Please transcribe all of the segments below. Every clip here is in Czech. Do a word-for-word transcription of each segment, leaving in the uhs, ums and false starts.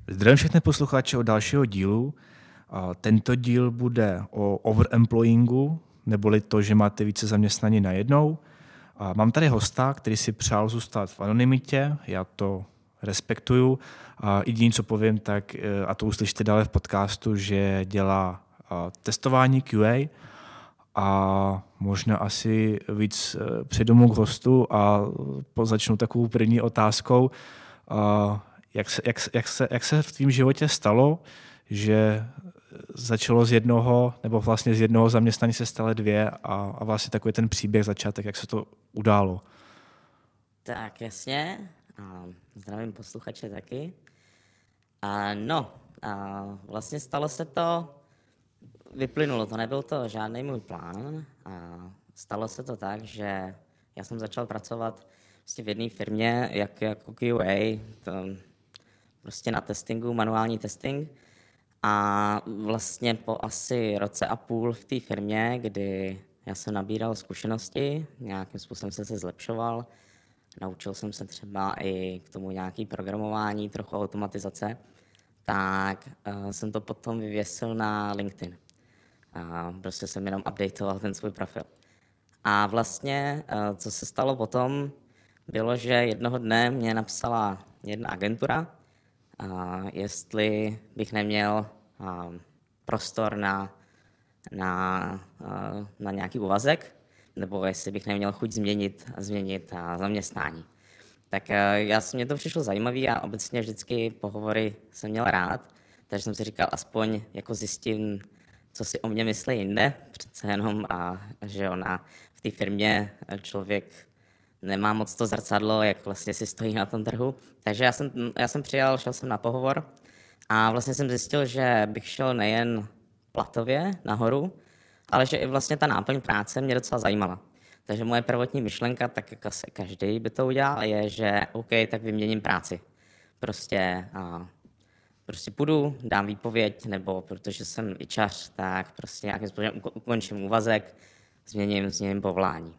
Zdravím všechny posluchače od dalšího dílu. A Tento díl bude o overemployingu, neboli to, že máte více zaměstnaní najednou. A Mám tady hosta, který si přál zůstat v anonymitě, já to respektuju. A jediné, co povím, tak, eh, a to uslyšte dále v podcastu, že dělá a, testování Q A a možná asi víc eh, předomů k hostu a po- začnu takovou první otázkou. A jak se, jak, se- jak, se, jak se v tvém životě stalo, že začalo z jednoho, nebo vlastně z jednoho zaměstnání se staly dvě a, a vlastně takový ten příběh, začátek, jak se to událo? Tak jasně, a zdravím posluchače taky. A no, a vlastně stalo se to, vyplynulo to, nebyl to žádný můj plán. A stalo se to tak, že já jsem začal pracovat vlastně v jedné firmě jak, jako Q A, to, prostě na testingu, manuální testing. A vlastně po asi roce a půl v té firmě, kdy já jsem nabíral zkušenosti, nějakým způsobem jsem se zlepšoval, naučil jsem se třeba i k tomu nějaký programování, trochu automatizace, tak uh, jsem to potom vyvěsil na LinkedIn. A prostě jsem jenom updateoval ten svůj profil. A vlastně, uh, co se stalo potom, bylo, že jednoho dne mě napsala jedna agentura, uh, jestli bych neměl uh, prostor na, na, uh, na nějaký úvazek, nebo jestli bych neměl chuť změnit, změnit uh, zaměstnání. Tak uh, já jsem, mě to přišlo zajímavé a obecně vždycky pohovory jsem měl rád, takže jsem si říkal, aspoň jako zjistím, co si o mě myslí jinde, přece jenom, a že ona v té firmě člověk nemá moc to zrcadlo, jak vlastně si stojí na tom trhu. Takže já jsem, já jsem přijal, šel jsem na pohovor a vlastně jsem zjistil, že bych šel nejen platově nahoru, ale že i vlastně ta náplň práce mě docela zajímala. Takže moje prvotní myšlenka, tak jak asi každý by to udělal, je, že OK, tak vyměním práci. Prostě, a, prostě půjdu, dám výpověď, nebo protože jsem ičař, tak prostě nějakým způsobem uko- ukončím úvazek, změním, změním povolání.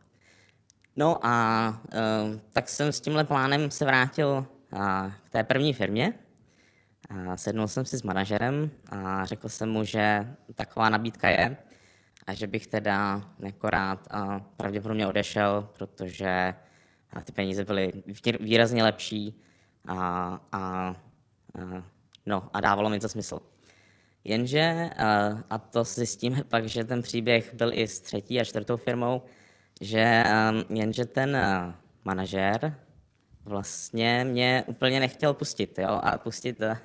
No a uh, tak jsem s tímhle plánem se vrátil uh, k té první firmě. Uh, sednul jsem si s manažerem a řekl jsem mu, že taková nabídka je a že bych teda jako rád uh, pravděpodobně odešel, protože uh, ty peníze byly vý- výrazně lepší a, a, uh, no, a dávalo mi to smysl. Jenže, uh, a to zjistíme pak, že ten příběh byl i s třetí a čtvrtou firmou, že um, jenže ten uh, manažér vlastně mě úplně nechtěl pustit, jo, a pustit, uh,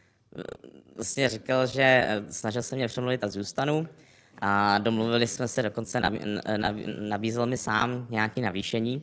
vlastně říkal, že uh, snažil se mě přemluvit a zůstanu a domluvili jsme se, dokonce nabí, nabí, nabízel mi sám nějaké navýšení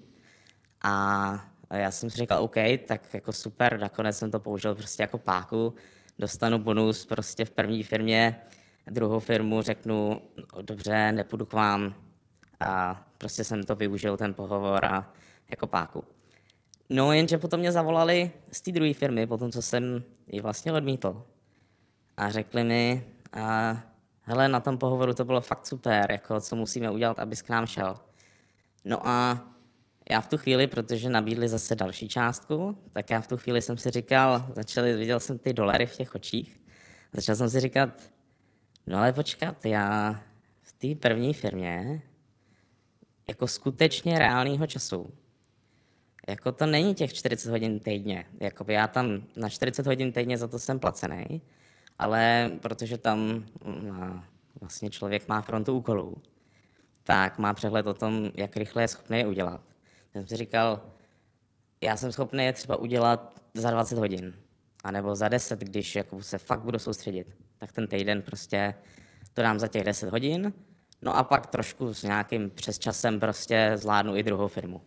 a já jsem si říkal, OK, tak jako super, nakonec jsem to použil prostě jako páku, dostanu bonus prostě v první firmě, druhou firmu řeknu, no, dobře, nepůjdu k vám, a prostě jsem to využil, ten pohovor, a jako páku. No jenže potom mě zavolali z té druhé firmy, potom co jsem ji vlastně odmítl. A řekli mi, a, hele, na tom pohovoru to bylo fakt super, jako co musíme udělat, abys k nám šel. No a já v tu chvíli, protože nabídli zase další částku, tak já v tu chvíli jsem si říkal, začali, viděl jsem ty dolary v těch očích, začal jsem si říkat, no ale počkat, já v té první firmě jako skutečně reálného času. Jako to není těch čtyřicet hodin týdně. Jakoby já tam na čtyřicet hodin týdně za to jsem placený, ale protože tam mm, vlastně člověk má frontu úkolů, tak má přehled o tom, jak rychle je schopný je udělat. Já jsem si říkal, já jsem schopný je třeba udělat za dvacet hodin, anebo za deset, když jako se fakt budu soustředit. Tak ten týden prostě to dám za těch deset hodin, no a pak trošku s nějakým přesčasem prostě zvládnu i druhou firmu.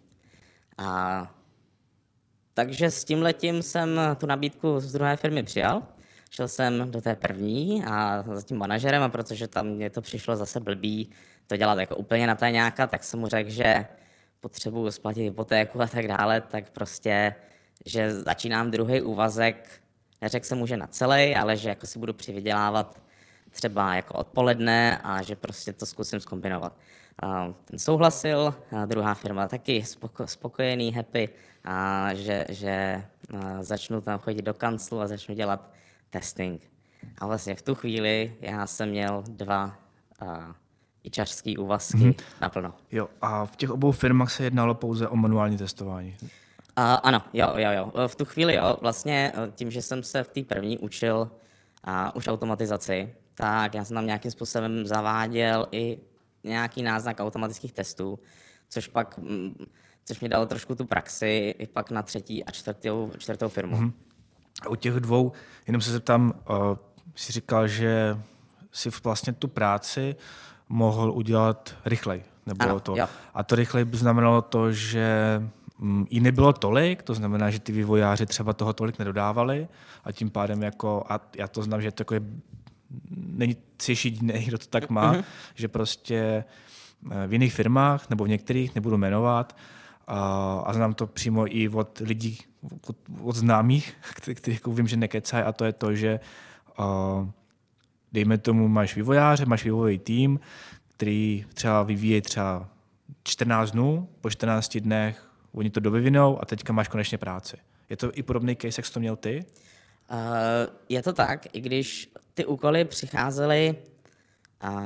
A takže s tímhletím jsem tu nabídku z druhé firmy přijal. Šel jsem do té první a za tím manažerem, a protože tam mě to přišlo zase blbý to dělat jako úplně na tajňáka, tak jsem mu řekl, že potřebuji splatit hypotéku a tak dále, tak prostě, že začínám druhý úvazek, neřekl jsem mu, že na celý, ale že jako si budu přivydělávat třeba jako odpoledne a že prostě to zkusím zkombinovat. A ten souhlasil, a druhá firma taky spoko, spokojený, happy, a že, že a začnu tam chodit do kanclu a začnu dělat testing. A vlastně v tu chvíli já jsem měl dva uh, ičařský úvazky mm-hmm. naplno. Jo, a v těch obou firmách se jednalo pouze o manuální testování? Uh, ano, jo, jo, jo. V tu chvíli, jo, vlastně tím, že jsem se v té první učil uh, už automatizaci, tak já jsem tam nějakým způsobem zaváděl i nějaký náznak automatických testů, což pak, což mě dalo trošku tu praxi i pak na třetí a čtvrtou, čtvrtou firmu. Mm-hmm. A u těch dvou, jenom se zeptám, uh, jsi říkal, že si vlastně tu práci mohl udělat rychleji. Nebylo to. Jo. A to rychleji by znamenalo to, že jí nebylo tolik, to znamená, že ty vývojáři třeba toho tolik nedodávali a tím pádem jako, a já to znám, že to jako je, není cíší jiný, kdo to tak má, mm-hmm. že prostě v jiných firmách nebo v některých, nebudu jmenovat, a, a znám to přímo i od lidí, od, od známých, kteří jako vím, že nekecají, a to je to, že a, dejme tomu, máš vývojáře, máš vývojový tým, který třeba vyvíjí třeba čtrnáct dnů, po čtrnácti dnech oni to dovyvinou a teďka máš konečně práci. Je to i podobný case, jak jsi to měl ty? Uh, je to tak, i když ty úkoly přicházely, uh,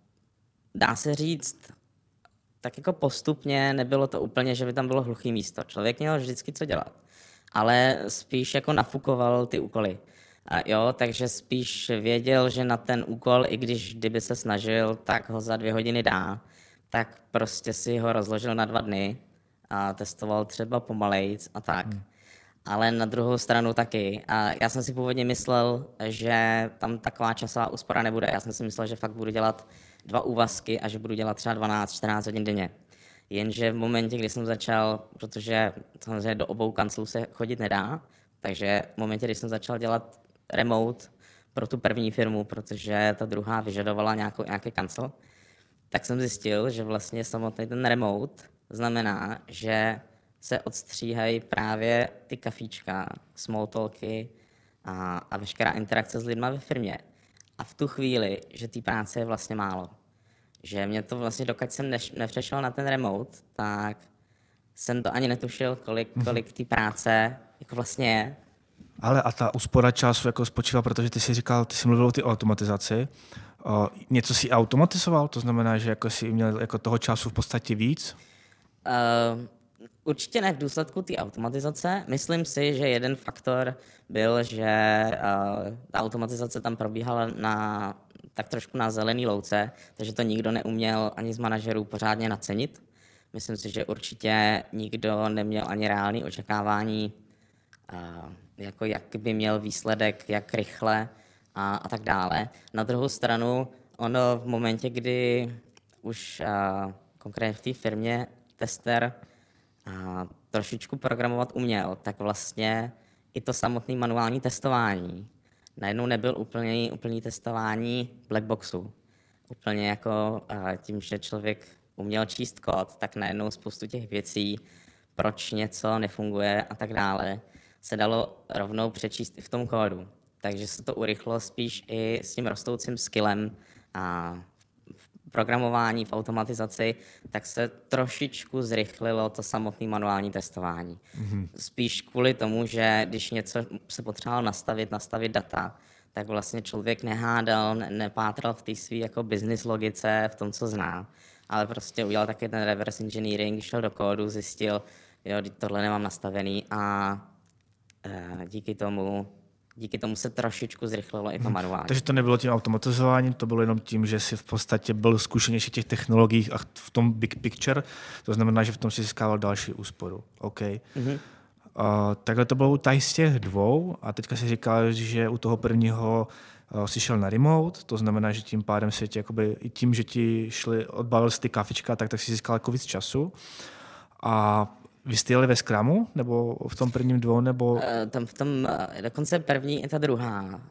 dá se říct, tak jako postupně, nebylo to úplně, že by tam bylo hluchý místo. Člověk měl vždycky co dělat, ale spíš jako nafukoval ty úkoly. A jo, takže spíš věděl, že na ten úkol, i když kdyby se snažil, tak ho za dvě hodiny dá, tak prostě si ho rozložil na dva dny a testoval třeba pomalejc a tak. Hmm. Ale na druhou stranu taky. A já jsem si původně myslel, že tam taková časová úspora nebude. Já jsem si myslel, že fakt budu dělat dva úvazky a že budu dělat třeba dvanáct čtrnáct hodin denně. Jenže v momentě, kdy jsem začal, protože samozřejmě do obou kanclů se chodit nedá, takže v momentě, kdy jsem začal dělat remote pro tu první firmu, protože ta druhá vyžadovala nějakou, nějaký kancel, tak jsem zjistil, že vlastně samotný ten remote znamená, že se odstříhají právě ty kafíčka, small talky a, a veškerá interakce s lidma ve firmě. A v tu chvíli, že té práce je vlastně málo. Že mě to vlastně, dokud jsem neš, nepřešel na ten remote, tak jsem to ani netušil, kolik, kolik té práce jako vlastně je. Ale a ta úspora času jako spočívá, protože ty jsi říkal, ty jsi mluvil o té automatizaci. O, něco si automatizoval? To znamená, že jako jsi měl jako toho času v podstatě víc? Uh, určitě ne v důsledku té automatizace. Myslím si, že jeden faktor byl, že uh, ta automatizace tam probíhala na, tak trošku na zelený louce, takže to nikdo neuměl ani z manažerů pořádně nacenit. Myslím si, že určitě nikdo neměl ani reálné očekávání, uh, jako jak by měl výsledek, jak rychle a, a tak dále. Na druhou stranu, ono v momentě, kdy už uh, konkrétně v té firmě tester a trošičku programovat uměl, tak vlastně i to samotné manuální testování najednou nebyl úplný, úplný testování blackboxu. Úplně jako tím, že člověk uměl číst kód, tak najednou spoustu těch věcí, proč něco nefunguje a tak dále, se dalo rovnou přečíst i v tom kódu. Takže se to urychlo spíš i s tím rostoucím skillem a programování, v automatizaci, tak se trošičku zrychlilo to samotné manuální testování. Mm-hmm. Spíš kvůli tomu, že když něco se potřebovalo nastavit, nastavit data, tak vlastně člověk nehádal, nepátral v té své jako business logice, v tom, co zná, ale prostě udělal taky ten reverse engineering, šel do kódu, zjistil, jo, tohle nemám nastavený a e, díky tomu Díky tomu se trošičku zrychlilo i to manuálně. Takže to nebylo tím automatizováním, to bylo jenom tím, že jsi v podstatě byl zkušenější v těch technologiích a v tom big picture, to znamená, že v tom si získával další úsporu. OK. Mm-hmm. Uh, takhle to bylo tady z těch dvou a teďka si říkal, že u toho prvního uh, si šel na remote, to znamená, že tím pádem si tě, jakoby, i tím, že ti šli, odbavil si ty kafička, tak, tak si získal jako víc času. A vy jste jeli ve Scrumu, nebo v tom prvním dvou, nebo... Uh, tam v tom, uh, dokonce první i ta druhá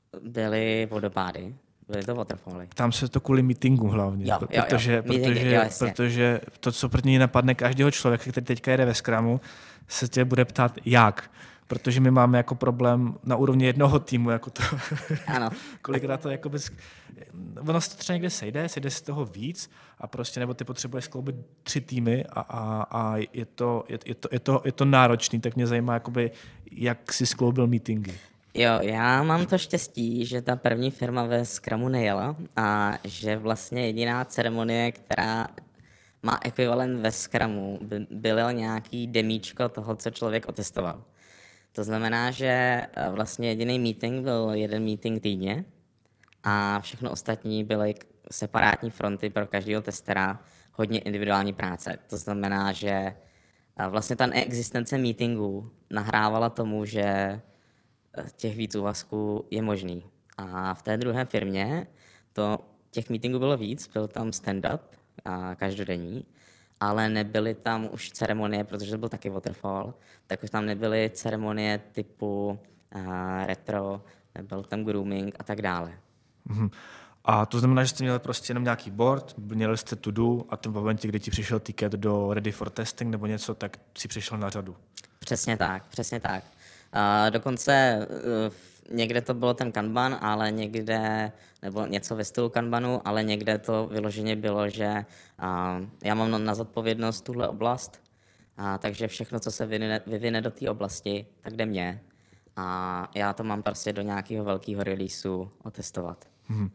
byly vodopády, byly to waterfally. Tam se to kvůli meetingu hlavně, jo, jo, protože, jo. protože, Meetingy, jo, protože to, co první napadne každého člověka, který teďka jede ve Scrumu, se tě bude ptát, jak. Protože my máme jako problém na úrovni jednoho týmu, jako to. Ano. Kolikrát to jako bez... Ono se to třeba někde sejde, sejde se toho víc a prostě, nebo ty potřebuješ skloubit tři týmy a, a, a je, to, je, je, to, je, to, je to náročný, tak mě zajímá, jakoby, jak jsi skloubil meetingy. Jo, já mám to štěstí, že ta první firma ve Scrumu nejela a že vlastně jediná ceremonie, která má ekvivalent ve Scrumu, by bylo nějaký demíčko toho, co člověk otestoval. To znamená, že eh, vlastně jediný meeting byl jeden meeting týdně a všechno ostatní byly k- separátní fronty pro každého testera, hodně individuální práce. To znamená, že eh, vlastně ta neexistence meetingů nahrávala tomu, že eh, těch víc úvazků je možný. A v té druhé firmě to, těch meetingů bylo víc, byl tam stand-up a každodenní, ale nebyly tam už ceremonie, protože to byl taky waterfall, tak už tam nebyly ceremonie typu a, retro, nebyl tam grooming a tak dále. Mhm. A to znamená, že jste měli prostě jenom nějaký board, měli jste to do a v momentě, kdy ti přišel ticket do ready for testing nebo něco, tak si přišel na řadu. Přesně tak, přesně tak. A dokonce uh, někde to bylo ten Kanban, ale někde, nebo něco ve stylu Kanbanu, ale někde to vyloženě bylo, že uh, já mám na, na zodpovědnost tuhle oblast, a takže všechno, co se vyvine, vyvine do té oblasti, tak jde mě. A já to mám prostě do nějakého velkého releaseu otestovat. Mhm.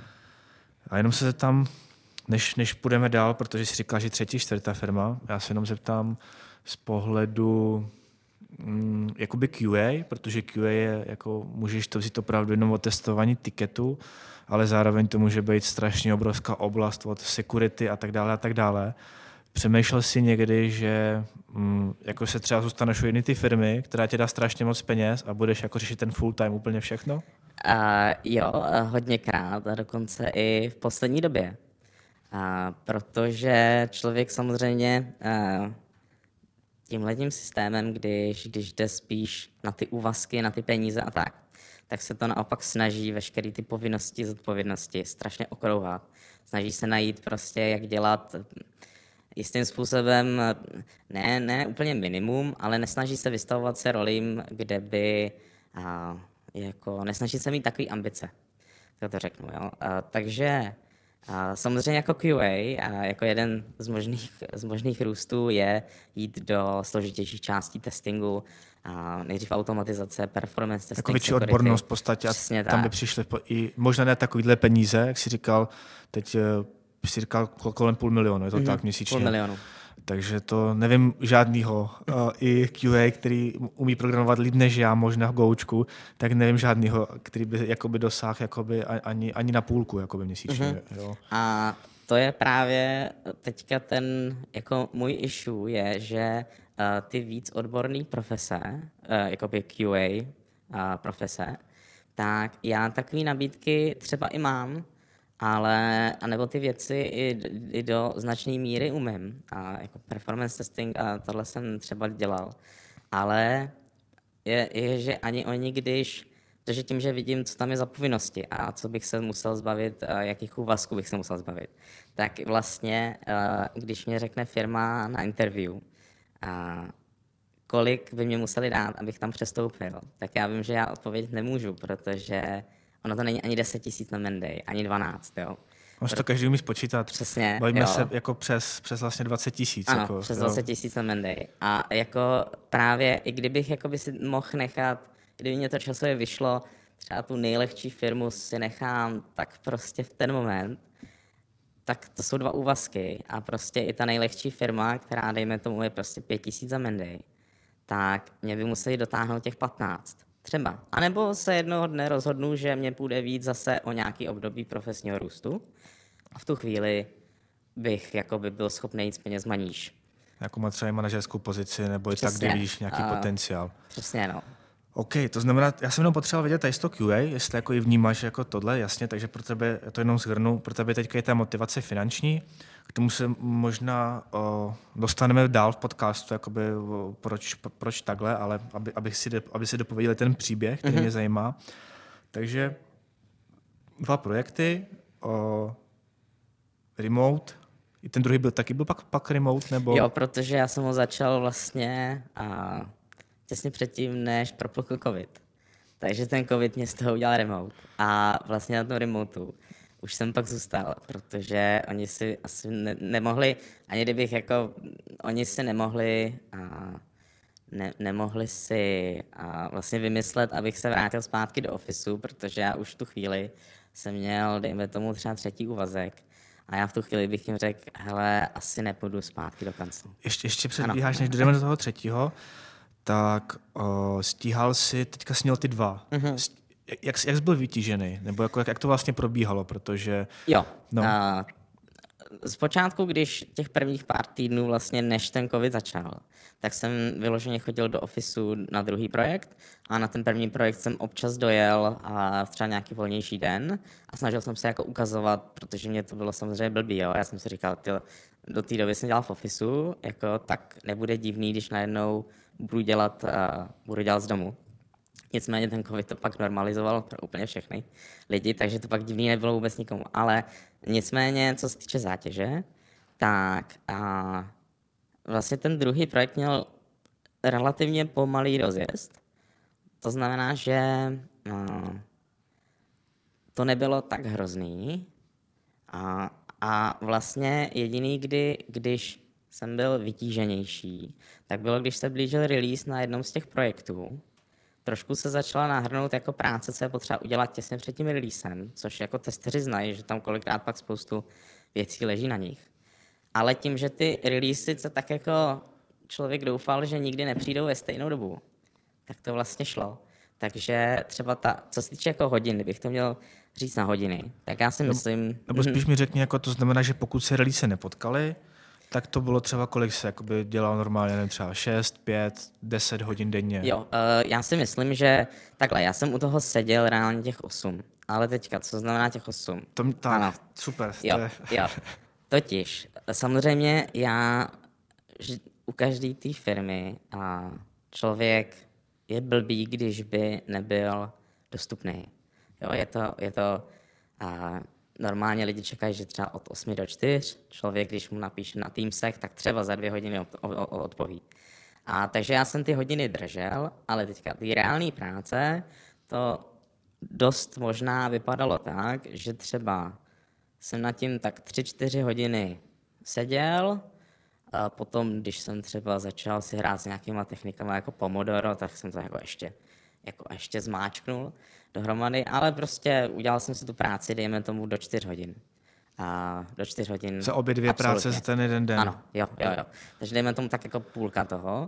A jenom se zeptám, než, než půjdeme dál, protože jsi říkal, že třetí, čtvrtá firma, já se jenom zeptám z pohledu mm, jakoby Q A, protože Q A je, jako můžeš to vzít opravdu jenom o testování tiketu, ale zároveň to může být strašně obrovská oblast od security a tak dále a tak dále. Přemýšlel jsi někdy, že mm, jako se třeba zůstaneš u jedné ty firmy, která ti dá strašně moc peněz a budeš jako řešit ten full time úplně všechno? A jo, a hodněkrát a dokonce i v poslední době. A protože člověk samozřejmě a, tímhletím systémem, když, když jde spíš na ty úvazky, na ty peníze a tak, tak se to naopak snaží veškeré ty povinnosti, zodpovědnosti strašně okrouhat. Snaží se najít prostě, jak dělat jistým způsobem, ne, ne úplně minimum, ale nesnaží se vystavovat se rolím, kde by a, jako, nesnaží se mít takový ambice. Tak to řeknu, jo. A, takže a samozřejmě jako Q A a jako jeden z možných, z možných růstů je jít do složitějších částí testingu, a nejdřív automatizace, performance testing, Jako větší security. odbornost v podstatě a Přesně tam by tak. přišly po- i možná ne takovýhle peníze, jak jsi říkal, teď eh, jsi říkal kolem půl milionu, je to Mhm, tak měsíčně. Půl milionu. Takže to nevím žádnýho, uh, i Q A, který umí programovat líp než já, možná v Goučku, tak nevím žádnýho, který by jakoby dosáhl jakoby a- ani, ani na půlku jakoby měsíčně. Mhm. Jo. A to je právě teďka ten, jako můj issue je, že uh, ty víc odborné profese, uh, jako by Q A uh, profese, tak já takové nabídky třeba i mám, ale, anebo ty věci i, i do značné míry umím. A jako performance testing a tohle jsem třeba dělal. Ale je, je, že ani oni, když, protože tím, že vidím, co tam je za povinnosti a co bych se musel zbavit, a jakých úvazků bych se musel zbavit, tak vlastně, eh, když mě řekne firma na interview, a kolik by mě museli dát, abych tam přestoupil, tak já vím, že já odpovědět nemůžu, protože ono to není ani deset tisíc na Monday, ani dvanáct, jo. On si to každý umí spočítat. Přesně, Bavíme jo. se jako přes, přes vlastně dvacet tisíc. Ano, jako, přes jo. dvacet tisíc na Monday. A jako právě, i kdybych jakoby si mohl nechat, kdyby mě to časově vyšlo, třeba tu nejlehčí firmu si nechám, tak prostě v ten moment, tak to jsou dva úvazky a prostě i ta nejlehčí firma, která dejme tomu je prostě pět tisíc za Monday, tak mě by museli dotáhnout těch patnáct. Třeba. A nebo se jednoho dne rozhodnu, že mě půjde víc zase o nějaký období profesního růstu a v tu chvíli bych jakoby byl schopný jít s penězma níž. Jako má třeba i manažerskou pozici, nebo i tak, Přesně. kde vidíš nějaký A- potenciál. Přesně, no. OK, to znamená, já jsem jenom potřeboval vědět tady z toho Q A, jestli jako i vnímáš jako tohle, jasně, takže pro tebe, já to jenom shrnu, pro tebe teďka je ta motivace finanční, k tomu se možná o, dostaneme dál v podcastu, jakoby, o, proč, proč takhle, ale aby, aby, si, aby si dopověděli ten příběh, který mm-hmm. mě zajímá. Takže dva projekty, o, remote, i ten druhý byl taky byl pak, pak remote, nebo? Jo, protože já jsem ho začal vlastně a těsně předtím, než propukl covid. Takže ten covid mě z toho udělal remote. A vlastně na tom remotu už jsem pak zůstal, protože oni si asi ne- nemohli, ani kdybych jako, oni si nemohli a ne, nemohli si uh, vlastně vymyslet, abych se vrátil zpátky do ofisu, protože já už v tu chvíli jsem měl, dejme tomu, třeba třetí úvazek. A já v tu chvíli bych jim řekl, hele, asi nepůjdu zpátky do kanclu. Ještě, ještě předbíháš, než jdeme do toho třetího, tak uh, stíhal si, teďka jsi měl ty dva. Mm-hmm. Jak, jak jsi byl vytížený? Nebo jako, jak, jak to vlastně probíhalo? Protože... Jo. No. Uh, zpočátku, když těch prvních pár týdnů vlastně než ten covid začal, tak jsem vyloženě chodil do ofisu na druhý projekt a na ten první projekt jsem občas dojel a třeba nějaký volnější den a snažil jsem se jako ukazovat, protože mě to bylo samozřejmě blbý, jo. Já jsem si říkal, tyjo, do té doby jsem dělal v ofisu, jako tak nebude divný, když najednou budu dělat, uh, budu dělat z domu. Nicméně ten covid to pak normalizoval pro úplně všechny lidi, takže to pak divný nebylo vůbec nikomu. Ale nicméně, co se týče zátěže, tak a vlastně ten druhý projekt měl relativně pomalý rozjezd. To znamená, že a, to nebylo tak hrozný. A, a vlastně jediný, kdy, když jsem byl vytíženější, tak bylo, když se blížil release na jednom z těch projektů. Trošku se začala nahrnout jako práce, co je potřeba udělat těsně před tím releasem, což jako testeři znají, že tam kolikrát pak spoustu věcí leží na nich. Ale tím, že ty releasy, co tak jako člověk doufal, že nikdy nepřijdou ve stejnou dobu, tak to vlastně šlo. Takže třeba ta, co se týče jako hodin, kdybych to měl říct na hodiny, tak já si myslím... Nebo spíš mi řekni, jako to znamená, že pokud se release nepotkali, tak to bylo třeba, kolik se jakoby dělal normálně, nevím, třeba šest, pět, deset hodin denně. Jo, uh, já si myslím, že takhle, já jsem u toho seděl reálně těch osm, ale teďka, co znamená těch osm? To, tak, ano. Super. Jo, jo. Totiž, samozřejmě já u každé té firmy a člověk je blbý, když by nebyl dostupný. Jo, je to, je to a normálně lidi čekají, že třeba od osmi do čtyř, člověk, když mu napíše na Teamsech, tak třeba za dvě hodiny odpoví. A takže já jsem ty hodiny držel, ale teďka ty reální práce, to dost možná vypadalo tak, že třeba jsem nad tím tak tři, čtyři hodiny seděl, a potom, když jsem třeba začal si hrát s nějakýma technikama jako Pomodoro, tak jsem to jako ještě, jako ještě zmáčknul dohromady, ale prostě udělal jsem si tu práci, dejme tomu, do čtyř hodin. A do čtyř hodin. Za obě dvě absolutně. Práce za ten jeden den. Ano, jo, jo, jo. Takže dejme tomu tak jako půlka toho.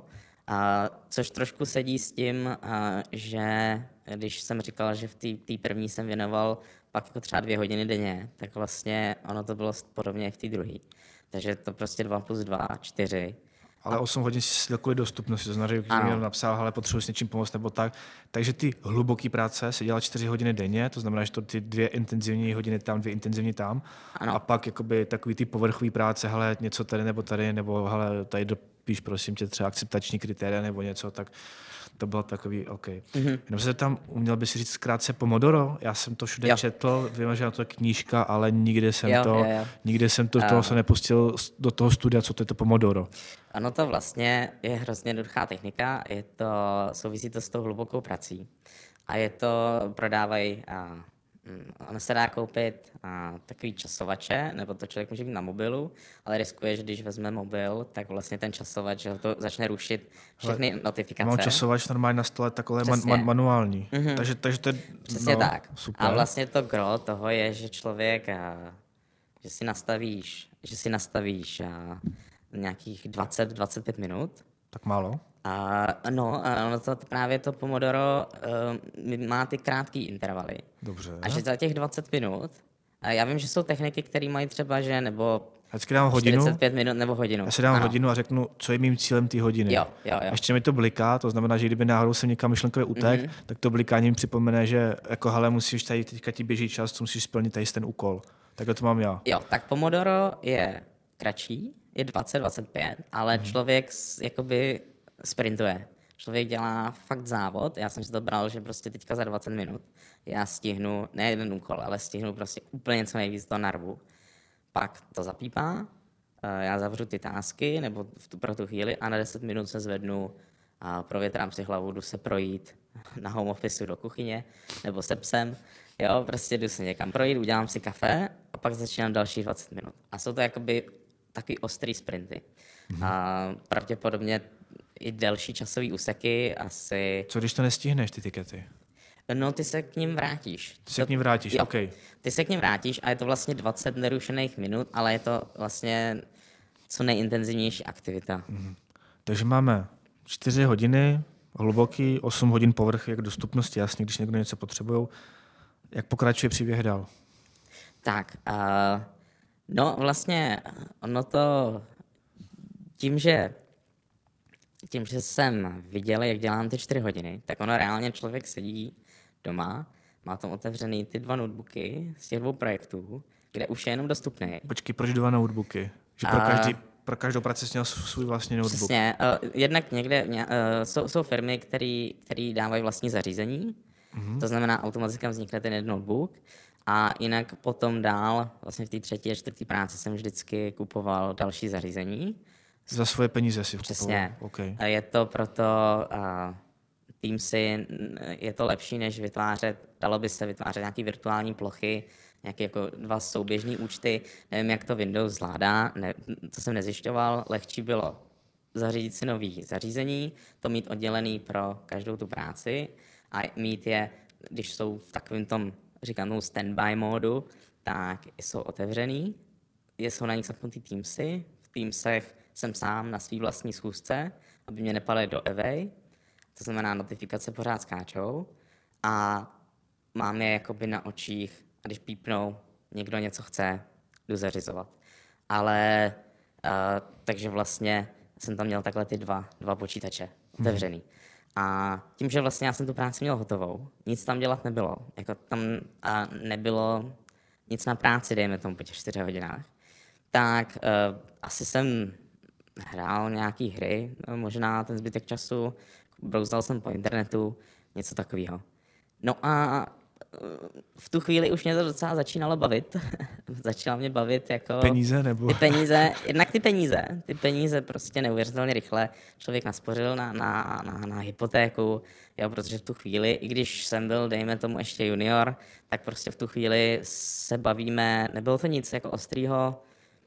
A což trošku sedí s tím, a, že když jsem říkal, že v té první jsem věnoval pak jako třeba dvě hodiny denně, tak vlastně ono to bylo podobně i v té druhé. Takže to prostě dva plus dva, čtyři. Ale osm hodin si slyšel kvůli dostupnosti, to znamená, že když někdo napsal, ale potřebuji s něčím pomoct nebo tak. Takže ty hluboké práce se dělá čtyři hodiny denně, to znamená, že to ty dvě intenzivní hodiny tam, dvě intenzivní tam. Ano. A pak jakoby takový ty povrchové práce, hele, něco tady nebo tady, nebo hele, tady dopíš, prosím tě, třeba akceptační kritéria nebo něco, tak to bylo takový, OK. Mm-hmm. Jenom se tam uměl by si říct zkrátce Pomodoro, já jsem to všude jo. četl, vím, že na to je knížka, ale nikde jsem jo, to, jo, jo. nikde jsem to, toho se nepustil do toho studia, co to je to Pomodoro. Ano, to vlastně je hrozně jednoduchá technika, je to, souvisí to s tou hlubokou prací a je to, prodávají, a, ono se dá koupit a, takový časovače, nebo to člověk může mít na mobilu, ale riskuje, že když vezme mobil, tak vlastně ten časovač, že to začne rušit všechny ale notifikace. Mám časovač normálně na stole takové man, man, manuální. Mm-hmm. Takže, takže to je, přesně no, tak. Super. A vlastně to gro toho je, že člověk, a, že si nastavíš, že si nastavíš a, nějakých dvacet až dvacet pět minut. Tak málo? A, no, a to, právě to Pomodoro uh, má ty krátké intervaly. Dobře. A že za těch dvacet minut, a já vím, že jsou techniky, které mají třeba, že nebo Vždycky dám hodinu, čtyřicet pět minut nebo hodinu. Já si dám ano. hodinu a řeknu, co je mým cílem té hodiny. Jo, jo, jo. Ještě mi to bliká, to znamená, že kdyby náhodou jsem někam myšlenkově utek, mm-hmm. tak to blikání mi připomene, že jako hele, musíš tady, teďka ti běží čas, co musíš splnit tady ten úkol. Takhle to mám já. Jo, tak Pomodoro je kratší, je dvacet až dvacet pět, ale mm-hmm. člověk jakoby sprintuje. Člověk dělá fakt závod, já jsem si to bral, že prostě teďka za dvacet minut já stihnu, ne jeden úkol, ale stihnu prostě úplně co nejvíc toho narvu. Pak to zapípá, já zavřu ty tásky, nebo v tu, pro tu chvíli a na deset minut se zvednu a provětrám si hlavu, jdu se projít na home office do kuchyně, nebo se psem, jo, prostě jdu se někam projít, udělám si kafe a pak začínám další dvacet minut. A jsou to jakoby takový ostrý sprinty. Mm-hmm. A pravděpodobně i delší časové úseky, asi... Co když to nestihneš, ty tikety? No, ty se k ním vrátíš. Ty se k ním vrátíš, jo, OK. Ty se k ním vrátíš a je to vlastně dvacet nerušených minut, ale je to vlastně co nejintenzivnější aktivita. Mhm. Takže máme čtyři hodiny hluboký, osm hodin povrch, jak dostupnosti, jasně, když někdo něco potřebuje. Jak pokračuje příběh dál? Tak, uh, no vlastně ono to tím, že tím, že jsem viděl, jak dělám ty čtyři hodiny, tak ono reálně člověk sedí doma, má tam otevřený ty dva notebooky z těch dvou projektů, kde už je jenom dostupný. Počkej, proč dva notebooky? Že pro, A... každý, pro každou práci jsi měl svůj vlastní notebook. Přesně. Uh, jednak někde uh, jsou, jsou firmy, které dávají vlastní zařízení, mm-hmm. to znamená, automaticky vznikne ten jeden notebook. A jinak potom dál, vlastně v té třetí a čtvrtý práci jsem vždycky kupoval další zařízení. Za svoje peníze si Přesně. Okay. Je to proto, uh, Teamsy, je to lepší, než vytvářet, dalo by se vytvářet nějaké virtuální plochy, nějaké jako dva souběžné účty. Nevím, jak to Windows zvládá, ne, to jsem nezjišťoval. Lehčí bylo zařídit si nový zařízení, to mít oddělený pro každou tu práci a mít je, když jsou v takovém tom, říkám tomu standby módu, tak jsou otevřený, jsou na nich zapnutý Teamsy. V Teamsech jsem sám na svý vlastní schůzce, aby mě nepadaly do away, to znamená notifikace pořád skáčou a mám je jakoby na očích a když pípnou, někdo něco chce, jdu zařizovat. Ale uh, takže vlastně jsem tam měl takhle ty dva, dva počítače otevřený. Hmm. A tím, že vlastně já jsem tu práci měl hotovou, nic tam dělat nebylo. Jako tam a nebylo nic na práci, dejme tomu po těch čtyřech hodinách. Tak uh, asi jsem hrál nějaký hry, možná ten zbytek času, brouzal jsem po internetu, něco takového. No a v tu chvíli už mě to docela začínalo bavit. Začalo mě bavit jako... Peníze nebo? Ty peníze, jednak ty peníze. Ty peníze prostě neuvěřitelně rychle. Člověk naspořil na, na, na, na hypotéku, jo, protože v tu chvíli, i když jsem byl, dejme tomu, ještě junior, tak prostě v tu chvíli se bavíme, nebylo to nic jako ostrýho,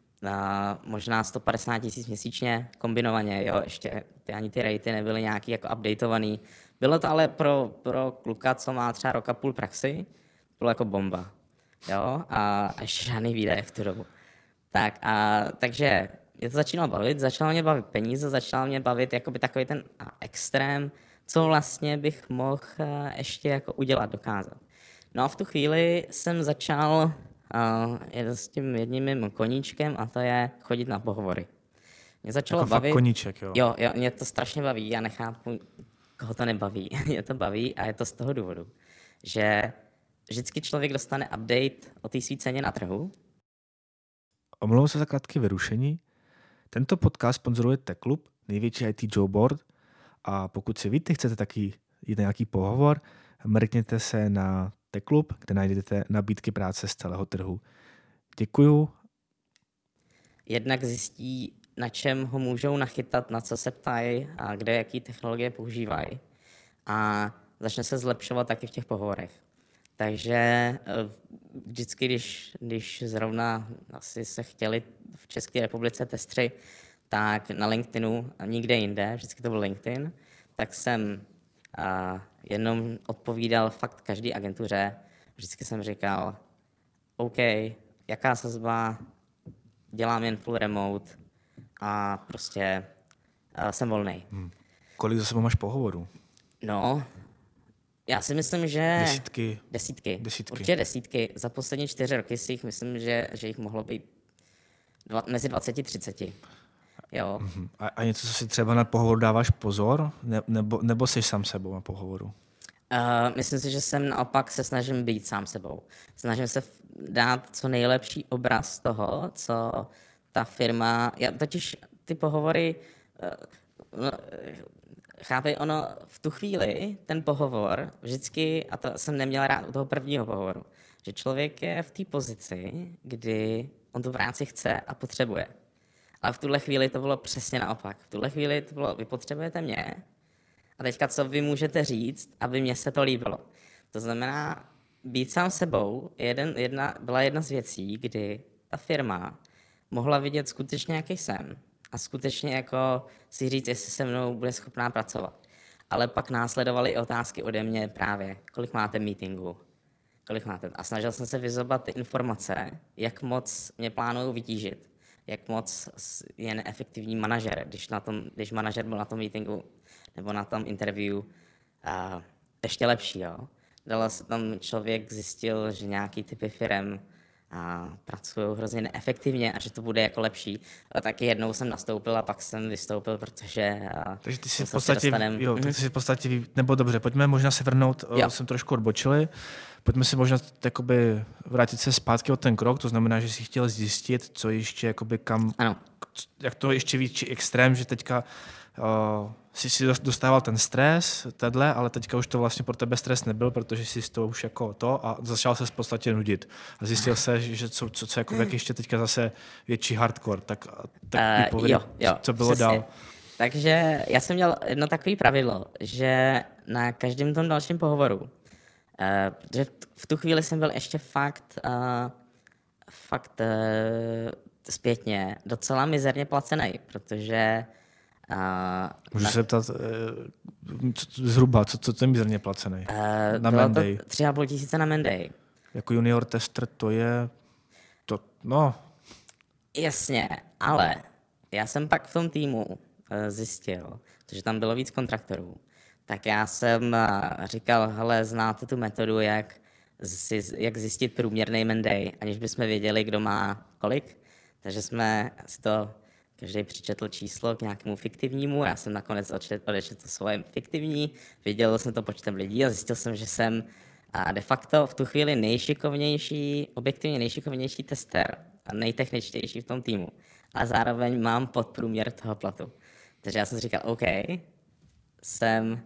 na možná sto padesát tisíc měsíčně kombinovaně, jo, ještě ty, ani ty rejty nebyly nějaký jako updateovaný. Bylo to ale pro, pro kluka, co má třeba rok a půl praxi, bylo jako bomba, jo, a ještě žádný výdaje v tu dobu. Tak a, takže mě to začínalo bavit, začalo mě bavit peníze, začalo mě bavit jakoby takový ten extrém, co vlastně bych mohl ještě jako udělat, dokázat. No a v tu chvíli jsem začal Uh, je s tím jedním mým koníčkem a to je chodit na pohovory. Mě začalo jako bavit... Fakt koníček, jo? Jo, jo, mě to strašně baví, já nechápu, koho to nebaví. Mě to baví a je to z toho důvodu, že vždycky člověk dostane update o té své ceně na trhu. Omlouvám se za krátké vyrušení. Tento podcast sponzoruje TechClub, největší í té job board, a pokud si vy chcete taky jít na nějaký pohovor, mrkněte se na TechClub, kde najdete nabídky práce z celého trhu. Děkuju. Jednak zjistí, na čem ho můžou nachytat, na co se ptají a kde jaký technologie používají. A začne se zlepšovat taky v těch pohovorech. Takže vždycky, když, když zrovna asi se chtěli v České republice testři, tak na LinkedInu a nikde jinde, vždycky to byl LinkedIn, tak jsem a jenom odpovídal fakt každý agentuře. Vždycky jsem říkal, OK, jaká sazba, dělám jen full remote a prostě a jsem volnej. Hmm. Kolik za sebou máš pohovorů? No, já si myslím, že... Desítky. Desítky. Desítky. Určitě desítky. Za poslední čtyři roky si jich myslím, že, že jich mohlo být dva, mezi dvacet a třicet. Jo. A, a něco, co si třeba na pohovoru dáváš pozor? Ne, nebo, nebo jsi sám sebou na pohovoru? Uh, myslím si, že jsem naopak se snažím být sám sebou. Snažím se dát co nejlepší obraz toho, co ta firma... Já totiž ty pohovory... Uh, no, chápej, ono v tu chvíli, ten pohovor, vždycky, a to jsem neměl rád u toho prvního pohovoru, že člověk je v té pozici, kdy on tu práci chce a potřebuje. Ale v tuhle chvíli to bylo přesně naopak. V tuhle chvíli to bylo, vy potřebujete mě a teďka co vy můžete říct, aby mně se to líbilo. To znamená, být sám sebou jeden, jedna, byla jedna z věcí, kdy ta firma mohla vidět skutečně, jaký jsem. a skutečně jako si říct, jestli se mnou bude schopná pracovat. Ale pak následovaly i otázky ode mě právě, kolik máte meetingu, kolik máte. A snažil jsem se vyzobat ty informace, jak moc mě plánují vytížit, jak moc je neefektivní manažer, když, na tom, když manažer byl na tom meetingu nebo na tom interview uh, ještě lepší. Jo. Dala se tam člověk zjistil, že nějaký typy firem a pracují hrozně neefektivně a že to bude jako lepší. A taky jednou jsem nastoupil a pak jsem vystoupil, protože... Takže ty si v podstatě, jo, mm-hmm. ty si v podstatě, nebo dobře, pojďme možná se vrnout, jo. jsem trošku odbočili, pojďme si možná takoby vrátit se zpátky od ten krok, to znamená, že jsi chtěl zjistit, co ještě, jakoby kam, ano. jak to ještě víc extrém, že teďka uh, jsi si dostával ten stres, tedle, ale teďka už to vlastně pro tebe stres nebyl, protože jsi to už jako to a začal se v podstatě nudit. A zjistil se, že co, co, co jako jak ještě teďka zase větší hardcore, tak, tak mi pověděl, uh, jo, jo, co bylo přesně. dál. Takže já jsem měl jedno takové pravidlo, že na každém tom dalším pohovoru, uh, že v tu chvíli jsem byl ještě fakt, uh, fakt uh, zpětně docela mizerně placený, protože Uh, Můžu na... se ptat uh, zhruba, co, co to je mizerně placený? Uh, na bylo Monday. to tři a půl tisíce na Monday. Jako junior tester to je... To, no. Jasně, ale já jsem pak v tom týmu uh, zjistil, že tam bylo víc kontraktorů, tak já jsem uh, říkal, hele, znáte tu metodu, jak, si, jak zjistit průměrný Monday, aniž bychom věděli, kdo má kolik. Takže jsme si to... Každý přičetl číslo k nějakému fiktivnímu, já jsem nakonec odečetl svoje fiktivní, viděl jsem to počtem lidí a zjistil jsem, že jsem de facto v tu chvíli nejšikovnější, objektivně nejšikovnější tester a nejtechničtější v tom týmu. A zároveň mám podprůměr toho platu. Takže já jsem si říkal, OK, jsem,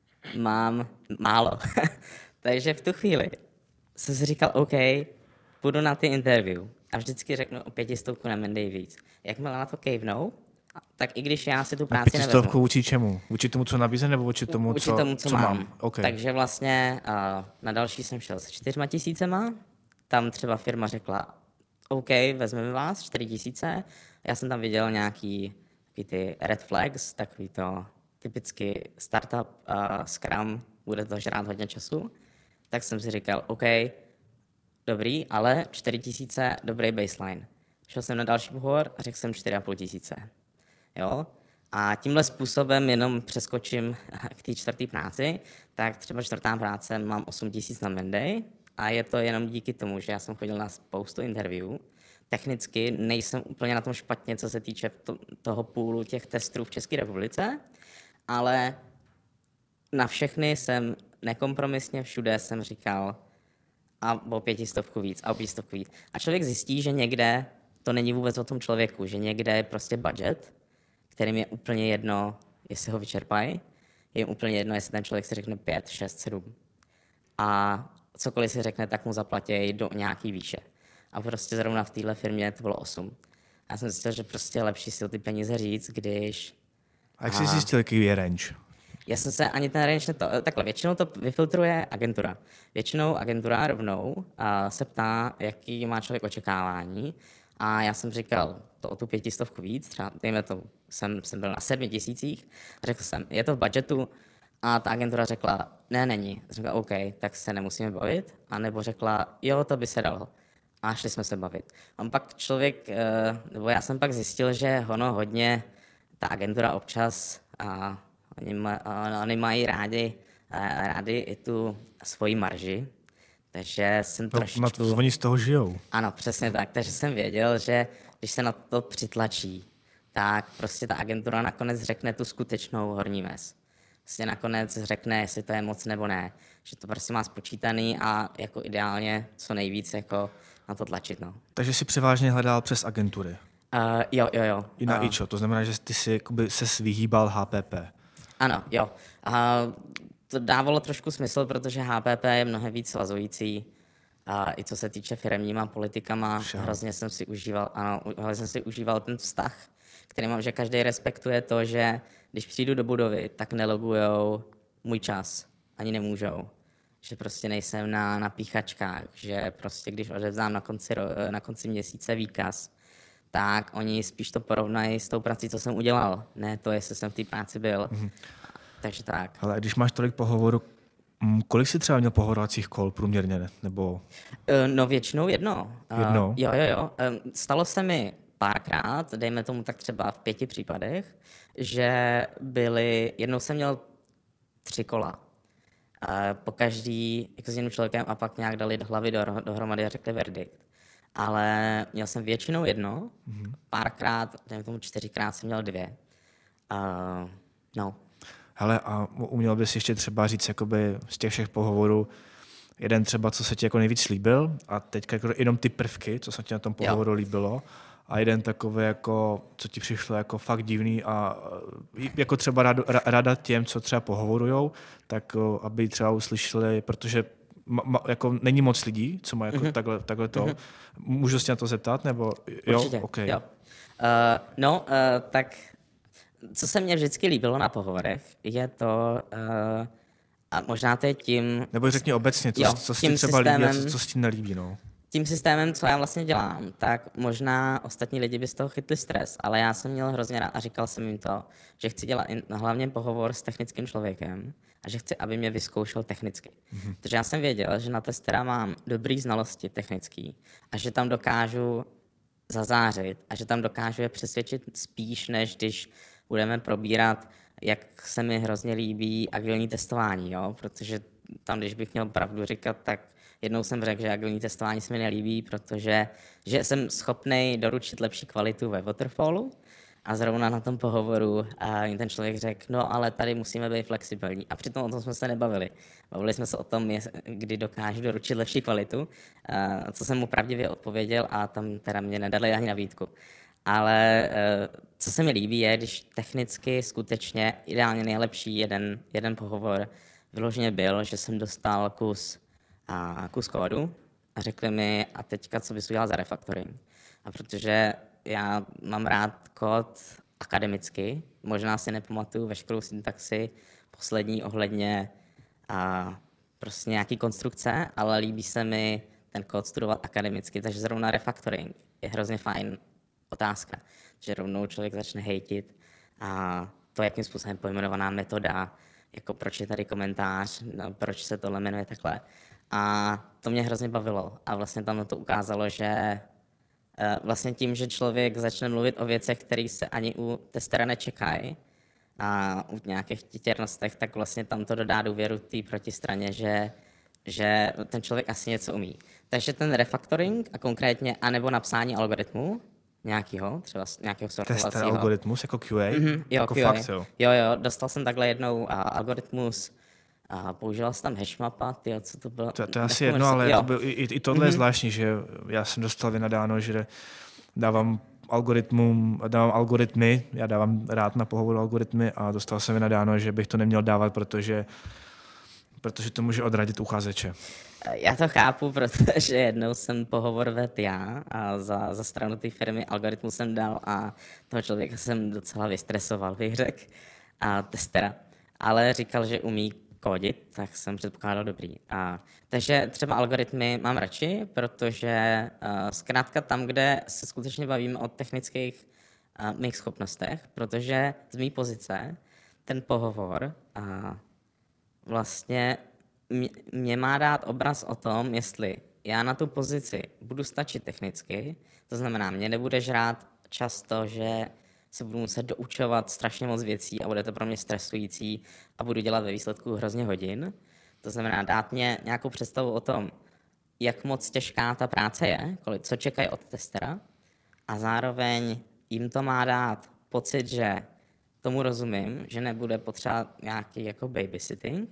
mám málo. Takže v tu chvíli jsem si říkal, OK, půjdu na ty interview. A vždycky řeknu o pětistovku na Monday víc. Jakmile na to kejvnou, tak i když já si tu práci nevezmu. Pětistovku vůči čemu? Vůči tomu, co nabízím, nebo vůči tomu, vůči co, tomu, co, co mám? mám. Okay. Takže vlastně uh, na další jsem šel se čtyřma tisícema. Tam třeba firma řekla, OK, vezmeme vás, čtyři tisíce. Já jsem tam viděl nějaký ty red flags, takový to typicky startup, uh, Scrum, bude to žrát hodně času. Tak jsem si říkal, OK, dobrý, ale čtyři tisíce, dobrý baseline. Šel jsem na další pohovor a řekl jsem čtyři a půl tisíce. Jo? A tímhle způsobem jenom přeskočím k té čtvrté práci, tak třeba čtvrtá práce mám osm tisíc na Monday a je to jenom díky tomu, že já jsem chodil na spoustu interview. Technicky nejsem úplně na tom špatně, co se týče to, toho půlu těch testů v České republice, ale na všechny jsem nekompromisně všude jsem říkal, a o pětistovku víc, a o pětistovku víc. A člověk zjistí, že někde to není vůbec o tom člověku, že někde je prostě budget, kterým je úplně jedno, jestli ho vyčerpají, je jim úplně jedno, jestli ten člověk si řekne pět, šest, sedm. A cokoliv si řekne, tak mu zaplatí do nějaký výše. A prostě zrovna v téhle firmě to bylo osm. A já jsem zjistil, že prostě je lepší si ty peníze říct, když... A jak jsi zjistil, jaký je range? Já jsem se ani ten range neto... Takhle, většinou to vyfiltruje agentura. Většinou agentura rovnou a se ptá, jaký má člověk očekávání. A já jsem říkal, to o tu pětistovku víc, třeba dejme to, jsem, jsem byl na sedmi tisících, řekl jsem, je to v budgetu, a ta agentura řekla, ne, není. Řekla, OK, tak se nemusíme bavit, anebo řekla, jo, to by se dalo. A šli jsme se bavit. A pak člověk, nebo já jsem pak zjistil, že ono hodně, ta agentura občas, a oni, maj, a oni mají rádi, rádi i tu svoji marži, takže jsem no, trošičku... No, oni z toho žijou. Ano, přesně tak. Takže jsem věděl, že když se na to přitlačí, tak prostě ta agentura nakonec řekne tu skutečnou horní mez. Prostě nakonec řekne, jestli to je moc nebo ne. Že to prostě má spočítaný a jako ideálně co nejvíc jako na to tlačit. No. Takže jsi převážně hledal přes agentury? Uh, jo, jo, jo. I na uh, ičo, to znamená, že ty jsi jakoby se vyhýbal H P P. Ano, jo. Uh, to dávalo trošku smysl, protože H P P je mnohem víc svazující. A i co se týče firemníma politikama, Však. hrozně jsem si užíval, ano, hrozně jsem si užíval ten vztah, který mám, že každý respektuje to, že když přijdu do budovy, tak nelogujou můj čas, ani nemůžou. Že prostě nejsem na, na píchačkách, že prostě když odevzdám na konci, na konci měsíce výkaz, tak oni spíš to porovnají s tou prací, co jsem udělal. Ne to, jestli jsem v té práci byl. Mm-hmm. Takže tak. Ale když máš tolik pohovorů, kolik jsi třeba měl pohovorovacích kol průměrně? Nebo... No většinou jedno. Jedno? Uh, jo, jo, jo. Stalo se mi párkrát, dejme tomu tak třeba v pěti případech, že byly, jednou jsem měl tři kola. Uh, po každý jako s jiným člověkem a pak nějak dali do hlavy do, dohromady a řekli verdikt. Ale měl jsem většinou jedno, mm-hmm. párkrát, dejme tomu čtyřikrát jsem měl dvě. Uh, no. Hele, a uměl bys ještě třeba říct jakoby z těch všech pohovorů jeden třeba, co se ti jako nejvíc líbil a teďka jako jenom ty prvky, co se ti na tom pohovoru jo. líbilo a jeden takový, jako, co ti přišlo jako fakt divný a jako třeba rado, rada těm, co třeba pohovorujou, tak aby třeba uslyšeli, protože ma, ma, jako není moc lidí, co má jako mm-hmm. takhle, takhle to. Mm-hmm. Můžu se na to zeptat? Nebo jo? Určitě, okay. jo. Uh, no, uh, tak co se mně vždycky líbilo na pohovorech, je to, uh, a možná to je tím... Nebo řekni obecně, co, jo, co si třeba systémem, líbí a co, co si tím nelíbí. No. Tím systémem, co já vlastně dělám, tak možná ostatní lidi by z toho chytli stres, ale já jsem měl hrozně rád a říkal jsem jim to, že chci dělat hlavně pohovor s technickým člověkem a že chci, aby mě vyzkoušel technicky. Mm-hmm. Takže já jsem věděl, že na testera mám dobrý znalosti technický a že tam dokážu zazářit a že tam dokážu je přesvědčit spíš, než když budeme probírat, jak se mi hrozně líbí agilní testování, jo? Protože tam, když bych měl pravdu říkat, tak jednou jsem řekl, že agilní testování se mi nelíbí, protože že jsem schopný doručit lepší kvalitu ve waterfallu a zrovna na tom pohovoru a ten člověk řekl, no ale tady musíme být flexibilní. A přitom o tom jsme se nebavili. Bavili jsme se o tom, kdy dokážu doručit lepší kvalitu, co jsem mu pravdivě odpověděl a tam teda mě nedali ani nabídku. Ale co se mi líbí je, když technicky skutečně ideálně nejlepší jeden, jeden pohovor vyloženě byl, že jsem dostal kus, a, kus kódu a řekli mi, a teďka co bys udělal za refactoring. A protože já mám rád kód akademicky, možná si nepamatuju veškerou syntaxi poslední ohledně a, prostě nějaký konstrukce, ale líbí se mi ten kód studovat akademicky, takže zrovna refactoring je hrozně fajn otázka, že rovnou člověk začne hejtit a to, jakým způsobem pojmenovaná metoda, jako proč je tady komentář, no, proč se tohle jmenuje takhle. A to mě hrozně bavilo a vlastně tam to ukázalo, že vlastně tím, že člověk začne mluvit o věcech, které se ani u testera nečekají a u nějakých titěrnostech, tak vlastně tam to dodá důvěru té protistraně, že, že ten člověk asi něco umí. Takže ten refactoring a konkrétně anebo napsání algoritmu, nějakýho, třeba nějakého sortovacího. Tester algoritmus jako Q A? Mm-hmm, jo, jako Q A. Fakt, jo. jo, jo, dostal jsem takhle jednou a, algoritmus a používal jsem tam hashmapa, tyjo, co to bylo? To, to je asi jedno, ale i, i tohle mm-hmm. je zvláštní, že já jsem dostal vynadáno, že dávám algoritmům, dávám algoritmy, já dávám rád na pohovoru algoritmy a dostal jsem vynadáno, že bych to neměl dávat, protože, protože to může odradit uchazeče. Já to chápu, protože jednou jsem pohovor vedl já a za, za stranu té firmy algoritmu jsem dal a toho člověka jsem docela vystresoval, bych řekl, a testera. Ale říkal, že umí kódit, tak jsem předpokládal dobrý. A, takže třeba algoritmy mám radši, protože uh, zkrátka tam, kde se skutečně bavíme o technických uh, mých schopnostech, protože z mý pozice ten pohovor uh, vlastně mě má dát obraz o tom, jestli já na tu pozici budu stačit technicky, to znamená, mě nebude žrát často, že se budu muset doučovat strašně moc věcí a bude to pro mě stresující a budu dělat ve výsledku hrozně hodin. To znamená dát mě nějakou představu o tom, jak moc těžká ta práce je, co čekají od testera a zároveň jim to má dát pocit, že tomu rozumím, že nebude potřeba nějaký jako babysitting,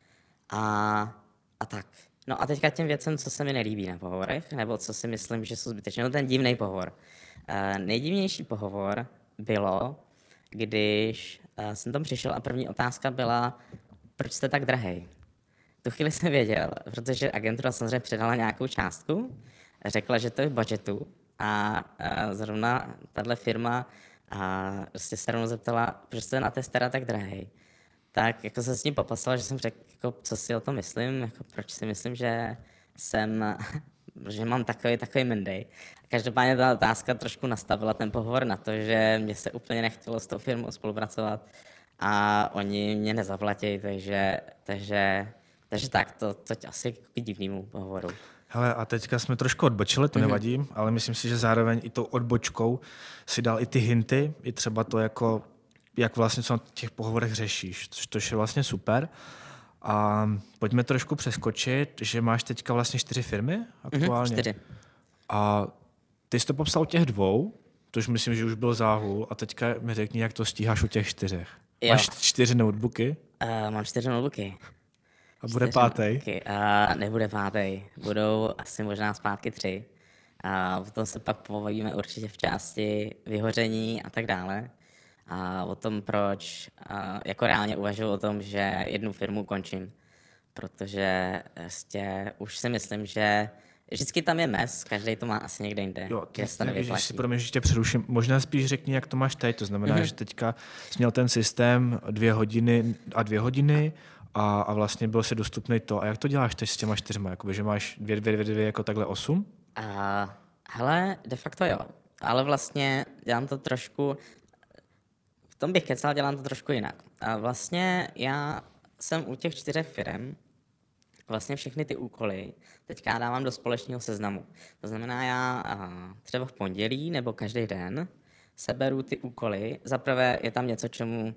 A, a tak. No a teďka těm věcem, co se mi nelíbí na pohovorech, nebo co si myslím, že jsou zbytečné. No ten divný pohovor. Uh, nejdivnější pohovor bylo, když uh, jsem tam přišel a první otázka byla, proč jste tak drahej? Tu chvíli jsem věděl, protože agentura samozřejmě předala nějakou částku, řekla, že to je v budgetu a uh, zrovna tahle firma uh, prostě se rovnou zeptala, proč jste na testera tak drahej. Tak jako se s ním popasoval, že jsem řekl, jako, co si o tom myslím, jako, proč si myslím, že jsem že mám takový, takový mendej. Každopádně ta otázka trošku nastavila ten pohovor na to, že mě se úplně nechtělo s tou firmou spolupracovat a oni mě nezaplatí, takže, takže, takže tak, to, to asi k divnému pohovoru. Hele, a teďka jsme trošku odbočili, to mm-hmm. nevadí, ale myslím si, že zároveň i tou odbočkou si dal i ty hinty, i třeba to, jako, jak vlastně co na těch pohovorech řešíš, což to je vlastně super. A pojďme trošku přeskočit, že máš teďka vlastně čtyři firmy aktuálně. Mm-hmm, čtyři. A ty jsi to popsal u těch dvou, tož myslím, že už byl záhul, a teďka mi řekni, jak to stíháš u těch čtyřech. Jo. Máš čtyři notebooky? Uh, mám čtyři notebooky. A bude pátý? Uh, nebude pátý. Budou asi možná zpátky tři. A uh, potom se pak povíme určitě v části vyhoření a tak dále. A uh, o tom, proč uh, jako reálně uvažuji o tom, že jednu firmu končím. Protože vlastně už si myslím, že vždycky tam je mes, každý to má asi někde jinde. Jo, ty, když si promiň, že tě přeruším, možná spíš řekni, jak to máš teď. To znamená, mm-hmm. že teďka jsi měl ten systém dvě hodiny a dvě hodiny a, a vlastně byl si dostupný to. A jak to děláš teď s těma čtyřma? Jakoby, že máš dvě, dvě, dvě, dvě jako takhle osm? Uh, hele, de facto jo. Ale vlastně dělám to trošku, v tom bych kecal, dělám to trošku jinak. A vlastně já jsem u těch čtyřech firem vlastně všechny ty úkoly teďka dávám do společného seznamu. To znamená, já třeba v pondělí nebo každý den seberu ty úkoly. Zaprvé je tam něco, čemu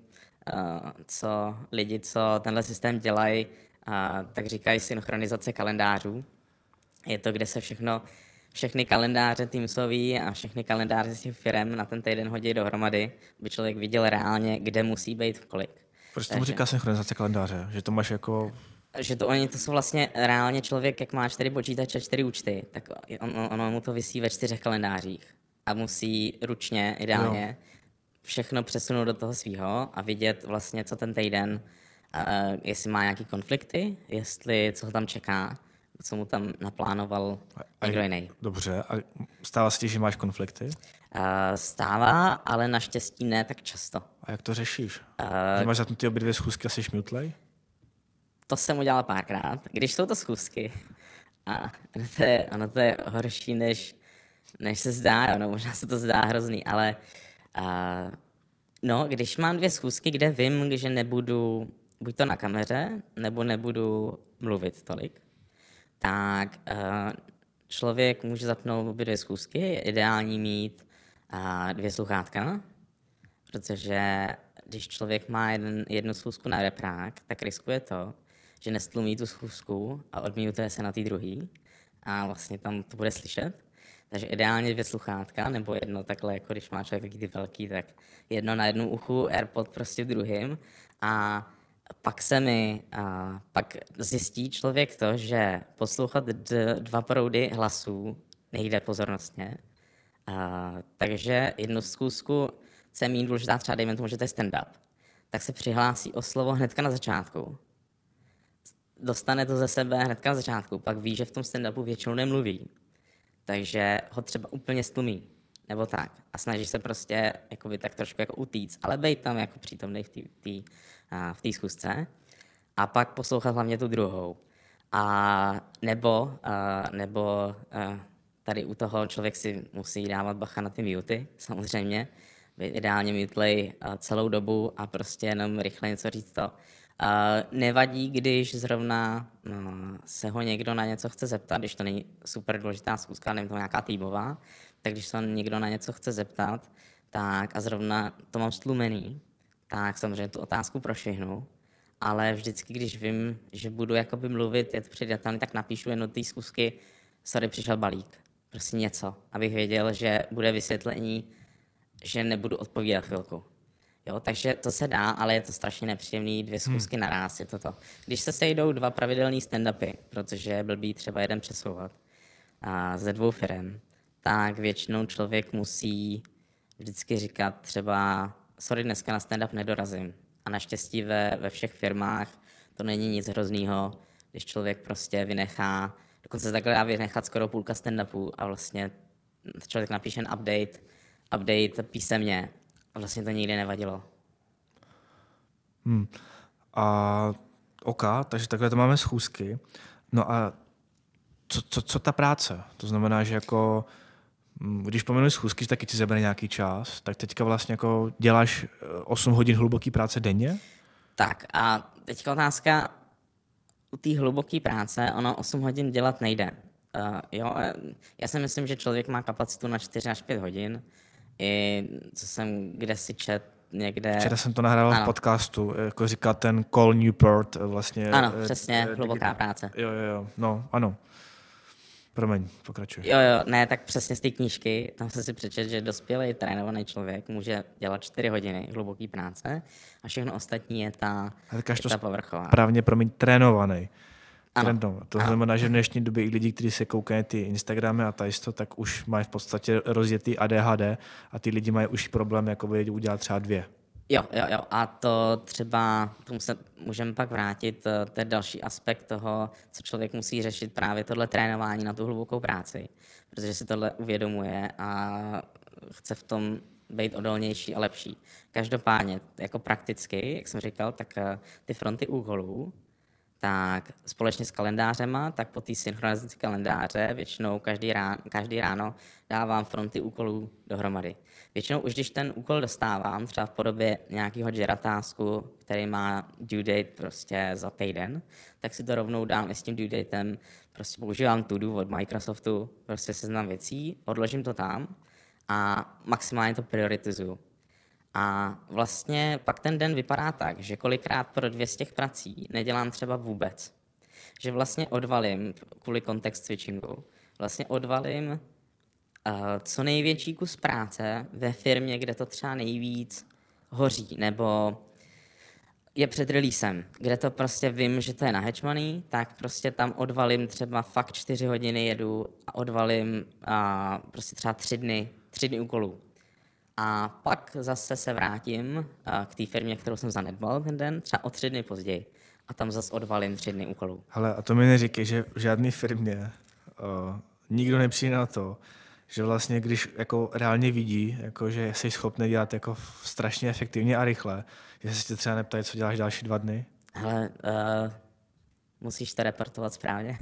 co lidi, co tenhle systém dělají, tak říkají synchronizace kalendářů. Je to, kde se všechno, všechny kalendáře Teamsový a všechny kalendáře z těch firem na ten týden hodí dohromady, aby člověk viděl reálně, kde musí být v kolik. Proč tomu říká synchronizace kalendáře? Že to máš jako... Že to oni, to jsou vlastně reálně člověk, jak má čtyři počítače, čtyři účty, tak on, ono mu to visí ve čtyřech kalendářích a musí ručně, ideálně, jo. všechno přesunout do toho svýho a vidět vlastně, co ten týden, uh, jestli má nějaký konflikty, jestli, co ho tam čeká, co mu tam naplánoval a někdo jiný. Dobře, a stává se ti, že máš konflikty? Uh, stává, ale naštěstí ne tak často. A jak to řešíš? Uh, že máš zapnutý obě dvě schůzky a jsi šmutlej? To jsem udělal párkrát. Když jsou to schůzky, a ono to je, ono to je horší, než, než se zdá, ono možná se to zdá hrozný, ale uh, no, když mám dvě schůzky, kde vím, že nebudu buď to na kameře, nebo nebudu mluvit tolik, tak uh, člověk může zapnout obě dvě schůzky, je ideální mít uh, dvě sluchátka, protože když člověk má jeden, jednu schůzku na reprák, tak riskuje to, že nestlumí tu schůzku a odmutuje se na té druhý a vlastně tam to bude slyšet. Takže ideálně dvě sluchátka, nebo jedno takhle, jako když má člověk taky ty velký, tak jedno na jednu uchu, AirPod prostě v druhým. A pak se mi, a pak zjistí člověk to, že poslouchat d- dva proudy hlasů nejde pozornostně. A, takže jednu schůzku, co je méně důležitá, třeba dejme tomu, že to je stand-up, tak se přihlásí o slovo hnedka na začátku. Dostane to ze sebe hnedka na začátku, pak ví, že v tom stand-upu většinou nemluví. Takže ho třeba úplně stlumí, nebo tak. A snaží se prostě jakoby tak trošku jako utíct, ale bejt tam jako přítomnej v té schůzce. A pak poslouchat hlavně tu druhou. A nebo, a, nebo a, tady u toho člověk si musí dávat bacha na ty muty, samozřejmě. Ideálně mutlej celou dobu a prostě jenom rychle něco říct to. Uh, nevadí, když zrovna no, se ho někdo na něco chce zeptat, když to není super důležitá schůzka, nevím, to nějaká týmová, tak když se někdo na něco chce zeptat, tak a zrovna to mám stlumený, tak samozřejmě tu otázku prošvihnu, ale vždycky, když vím, že budu jakoby mluvit, je to předatelný, tak napíšu jen do té schůzky, sorry, přišel balík, prostě něco, abych věděl, že bude vysvětlení, že nebudu odpovídat chvilku. Jo, takže to se dá, ale je to strašně nepříjemný, dvě schůzky hmm. naraz, je to to. Když se sejdou dva pravidelný stand-upy, protože je blbý třeba jeden přesouvat a ze dvou firem, tak většinou člověk musí vždycky říkat třeba sorry, dneska na stand-up nedorazím. A naštěstí ve, ve všech firmách to není nic hroznýho, když člověk prostě vynechá, dokonce se takhle dá vynechat skoro půlka stand-upů a vlastně člověk napíše jen update, update písemně. Vlastně to nikdy nevadilo. Hmm. A OK, takže takhle to máme schůzky. No a co, co, co ta práce? To znamená, že jako, když pomenu schůzky, že taky ti zabere nějaký čas, tak teďka vlastně jako děláš osm hodin hluboký práce denně? Tak a teďka otázka, u té hluboké práce ono osm hodin dělat nejde. Uh, jo, já si myslím, že člověk má kapacitu na čtyři až pět hodin. I co jsem kde si čet někde... Včera jsem to nahrával ano. v podcastu, jako říká ten Cole Newport vlastně. Ano, přesně, eh, hluboká práce. Jo, jo, jo, no, ano. Promiň, pokračuj. Jo, jo, ne, tak přesně z té knížky, tam jsem si přečet, že dospělý trénovaný člověk může dělat čtyři hodiny hluboké práce a všechno ostatní je ta, je ta povrchová. Právně, promiň, trénovaný. Ano. To znamená, že v dnešní době i lidi, kteří se koukají ty Instagramy a tajisto, tak už mají v podstatě rozjetý A D H D a ty lidi mají už problém jakoby udělat třeba dvě. Jo, jo, jo. A to třeba, tomu se můžeme pak vrátit, to je další aspekt toho, co člověk musí řešit, právě tohle trénování na tu hlubokou práci, protože si tohle uvědomuje a chce v tom být odolnější a lepší. Každopádně, jako prakticky, jak jsem říkal, tak ty fronty úkolů, tak společně s kalendářema, tak po té synchronizaci kalendáře většinou každý ráno, každý ráno dávám fronty úkolů dohromady. Většinou už když ten úkol dostávám, třeba v podobě nějakého Jira tasku, který má due date prostě za týden, tak si to rovnou dám i s tím due datem, prostě používám To-Do od Microsoftu, prostě seznam věcí, odložím to tam a maximálně to prioritizuju. A vlastně pak ten den vypadá tak, že kolikrát pro dvě z těch prací nedělám třeba vůbec. Že vlastně odvalím, kvůli context switchingu, vlastně odvalím uh, co největší kus práce ve firmě, kde to třeba nejvíc hoří, nebo je před releasem, kde to prostě vím, že to je nahečmaný, tak prostě tam odvalím třeba fakt čtyři hodiny jedu a odvalím uh, prostě třeba tři dny, tři dny úkolů. A pak zase se vrátím uh, k té firmě, kterou jsem zanedbal ten den, třeba o tři dny později. A tam zase odvalím tři dny úkolů. Hele, a to mi neříkej, že v žádné firmě uh, nikdo nepřijde na to, že vlastně když jako reálně vidí, jako že jsi schopný dělat jako strašně efektivně a rychle, že se tě třeba neptají, co děláš další dva dny? Hele, uh, musíš to reportovat správně.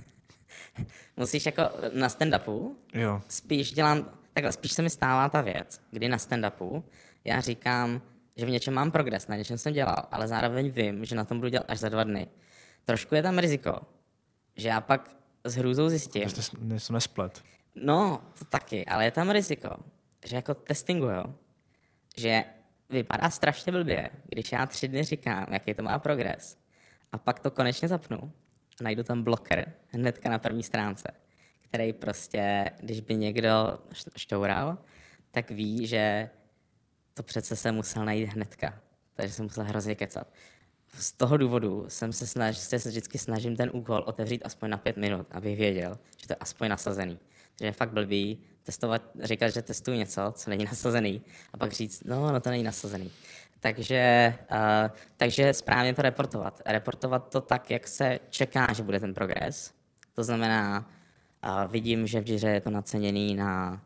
Musíš jako na stand-upu, jo. spíš dělám, takhle, spíš se mi stává ta věc, kdy na stand-upu já říkám, že v něčem mám progres, na něčem jsem dělal, ale zároveň vím, že na tom budu dělat až za dva dny. Trošku je tam riziko, že já pak s hrůzou zjistím. Že jsem nesplet. No, to taky, ale je tam riziko, že jako testinguju, že vypadá strašně blbě, když já tři dny říkám, jaký to má progres, a pak to konečně zapnu a najdu tam bloker hnedka na první stránce, který prostě, když by někdo šťoural, tak ví, že to přece se musel najít hnedka, takže jsem musel hrozně kecat. Z toho důvodu jsem se snažil, se vždycky snažím ten úkol otevřít aspoň na pět minut, abych věděl, že to je aspoň nasazený. Takže je fakt blbý testovat, říkat, že testuju něco, co není nasazený, a pak říct, no, no to není nasazený. Takže, uh, takže správně to reportovat. Reportovat to tak, jak se čeká, že bude ten progres. To znamená, uh, vidím, že v Jiře je to naceněný na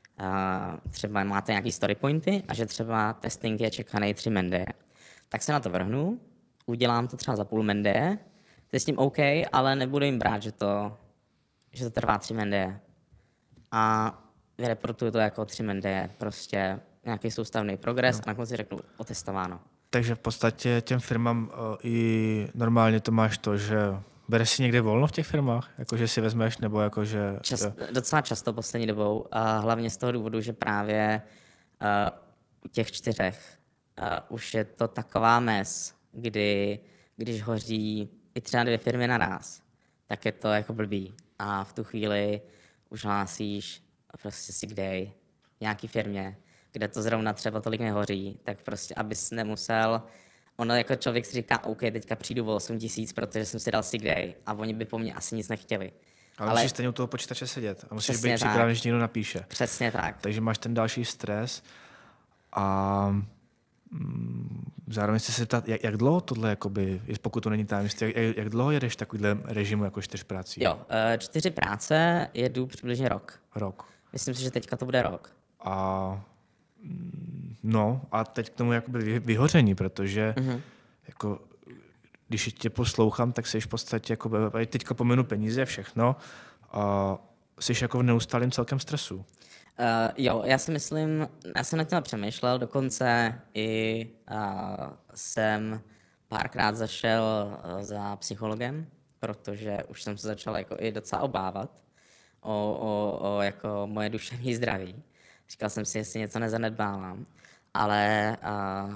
uh, třeba máte nějaký story pointy a že třeba testing je čekaný tři mende. Tak se na to vrhnu, udělám to třeba za půl mende, to je s tím OK, ale nebudu jim brát, že to, že to trvá tři mende. A vyreportuju to jako tři mende, prostě nějaký soustavný progres no. A na konci řeknu otestováno. Takže v podstatě těm firmám uh, i normálně to máš to, že bereš si někde volno v těch firmách? Jako, že si vezmeš, nebo jako, že... Čas, docela často poslední dobou, a hlavně z toho důvodu, že právě uh, u těch čtyřech uh, už je to taková mez, kdy když hoří i třeba dvě firmy naraz, tak je to jako blbý. A v tu chvíli už hlásíš prostě sick day nějaký firmě, kde to zrovna třeba tolik nehoří, tak prostě, abys nemusel, ono jako člověk si říká, OK, teďka přijdu o osm tisíc, protože jsem si dal sick day a oni by po mně asi nic nechtěli. Ale, ale musíš stejně u toho počítače sedět a musíš být připraven, když někdo napíše. Přesně tak. Takže máš ten další stres a mm, zároveň se ptát, jak, jak dlouho tohle, jakoby, pokud to není tajemství, jak, jak dlouho jedeš takovýhle režimu jako čtyř prací? Jo, čtyři práce jedu přibližně rok. Rok. Myslím si, že teďka to bude rok. A no a teď k tomu jakoby vyhoření, protože mm-hmm. jako, když tě poslouchám, tak jsi v podstatě, jako, teďka pomenu peníze, všechno, uh, jsi jako v neustálém celkem stresu. Uh, jo, já si myslím, já jsem nad tím přemýšlel, dokonce i uh, jsem párkrát zašel uh, za psychologem, protože už jsem se začal jako i docela obávat o, o, o jako moje duševní zdraví. Říkal jsem si, jestli něco nezanedbávám, ale uh,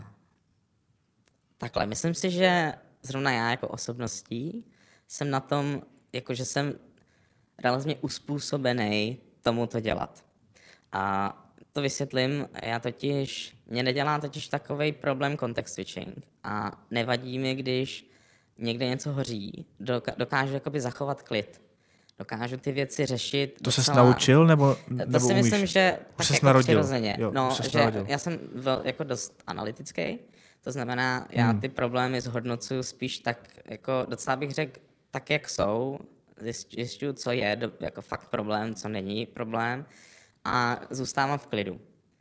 takhle, myslím si, že zrovna já jako osobností jsem na tom, jako že jsem relativně uspůsobený tomu to dělat. A to vysvětlím, já totiž, mě nedělá totiž takovej problém context switching a nevadí mi, když někde něco hoří, dokážu jakoby zachovat klid. Dokážu ty věci řešit. To docela... ses naučil, nebo, nebo To si umíš? myslím, že Už tak ses jako narodil. přirozeně. Jo, no, už že narodil. já jsem vel, jako dost analytický, to znamená, já hmm. ty problémy zhodnocuju spíš tak, jako docela bych řekl, tak, jak jsou, zjišťuju, co je jako fakt problém, co není problém a zůstávám v klidu.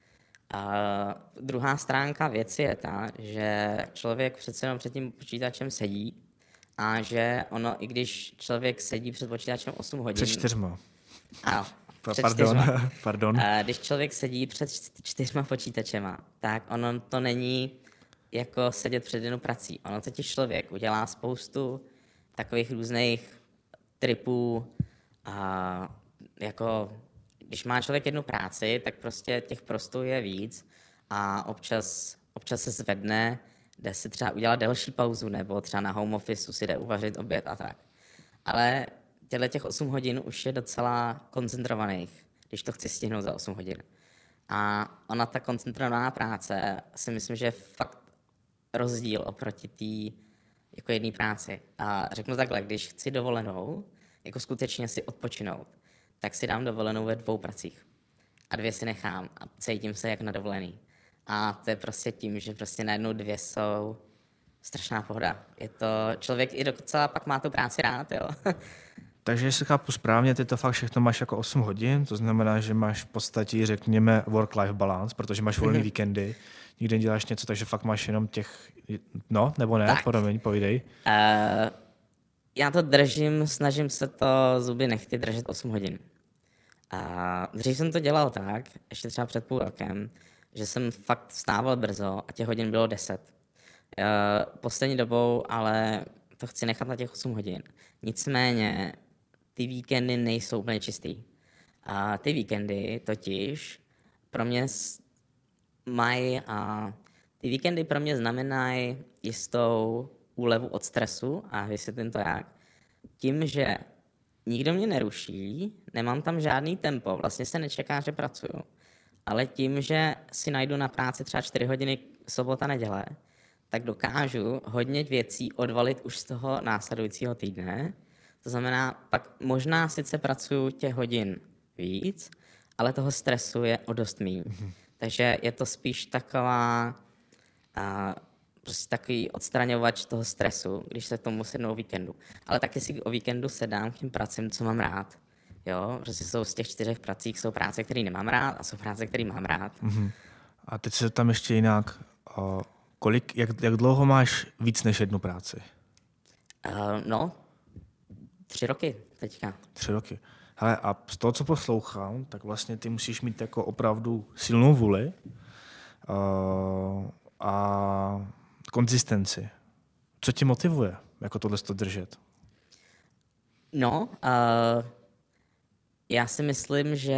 A druhá stránka věci je ta, že člověk přece jenom před tím počítačem sedí a že ono, i když člověk sedí před počítačem osm hodin... Před čtyřma. Ano, před Pardon, čtyřma. pardon. A když člověk sedí před čtyřma počítačema, tak ono to není jako sedět před jednou prací. Ono totiž člověk udělá spoustu takových různých tripů a jako... Když má člověk jednu práci, tak prostě těch prostorů je víc a občas, občas se zvedne, jde si třeba udělat delší pauzu nebo třeba na home office si jde uvařit oběd a tak. Ale těchto těch osm hodin už je docela koncentrovaných, když to chci stihnout za osm hodin. A ona ta koncentrovaná práce si myslím, že je fakt rozdíl oproti té jako jedné práci. A řeknu takhle, když chci dovolenou, jako skutečně si odpočinout, tak si dám dovolenou ve dvou pracích. A dvě si nechám a cítím se jak na dovolený. A to je prostě tím, že prostě najednou dvě jsou strašná pohoda. Je to, člověk i docela pak má tu práci rád, jo. Takže jestli chápu správně, ty to fakt všechno máš jako osm hodin, to znamená, že máš v podstatě, řekněme, work-life balance, protože máš volný mm-hmm. víkendy, nikde děláš něco, takže fakt máš jenom těch, no, nebo ne, promiň, povídej. Uh, já to držím, snažím se to zuby nechty držet osm hodin. A dřív jsem to dělal tak, ještě třeba před půl rokem, že jsem fakt vstával brzo a těch hodin bylo deset. Uh, poslední dobou ale to chci nechat na těch osm hodin. Nicméně ty víkendy nejsou úplně čistý. A ty víkendy totiž pro mě mají, a ty víkendy pro mě znamenají jistou úlevu od stresu a vysvětlím to jak. Tím, že nikdo mě neruší, nemám tam žádný tempo, vlastně se nečeká, že pracuju. Ale tím, že si najdu na práci třeba čtyři hodiny sobota, neděle, tak dokážu hodně věcí odvalit už z toho následujícího týdne. To znamená, pak možná sice pracuju těch hodin víc, ale toho stresu je o dost méně. Mm-hmm. Takže je to spíš taková, a, prostě takový odstraňovač toho stresu, když se tomu sednu o víkendu. Ale taky si o víkendu sedám k těm pracím, co mám rád. Jo, prostě jsou z těch čtyřech pracích jsou práce, které nemám rád a jsou práce, které mám rád. Mm-hmm. A teď se tam ještě jinak, o, kolik, jak, jak dlouho máš víc než jednu práci? Uh, no, tři roky teďka. Tři roky. Hele, a z toho, co poslouchám, tak vlastně ty musíš mít jako opravdu silnou vůli uh, a konzistenci. Co tě motivuje, jako tohle to držet? No, uh, já si myslím, že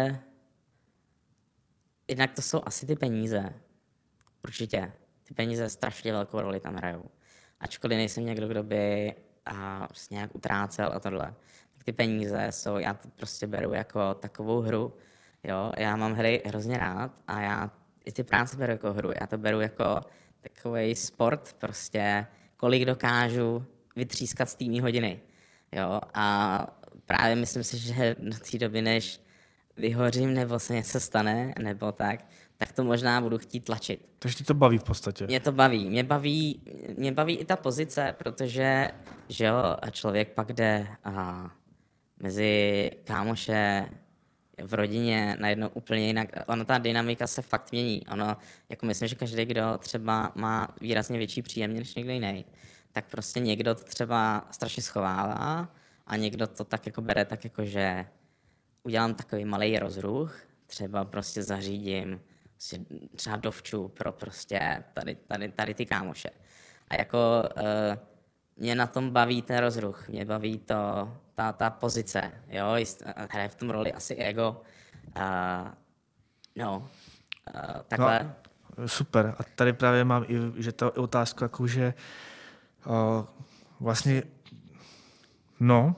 jednak to jsou asi ty peníze. Určitě. Ty peníze strašně velkou roli tam hrajou. Ačkoliv nejsem někdo, kdo by a prostě nějak utrácel a tohle. Tak ty peníze jsou, já to prostě beru jako takovou hru. Jo? Já mám hry hrozně rád a já i ty práce beru jako hru. Já to beru jako takový sport, prostě kolik dokážu vytřískat z týmní hodiny. Jo? A právě myslím si, že do té doby, než vyhořím nebo se něco stane, nebo tak, tak to možná budu chtít tlačit. Takže ti to baví v podstatě? Mě to baví. Mě baví, mě baví i ta pozice, protože že jo, člověk pak jde a, mezi kámoše v rodině najednou úplně jinak. Ono, ta dynamika se fakt mění. Ono, jako myslím, že každý, kdo třeba má výrazně větší příjem než někdo jiný, tak prostě někdo to třeba strašně schovává a někdo to tak jako bere tak jako, že udělám takový malý rozruch, třeba prostě zařídím třeba dovču pro prostě tady, tady, tady ty kámoše. A jako uh, mě na tom baví ten rozruch, mě baví to, ta, ta pozice, jo, hraje v tom roli asi ego. Uh, no, uh, takhle. No, super. A tady právě mám i, že to je otázka, jakože uh, vlastně, no,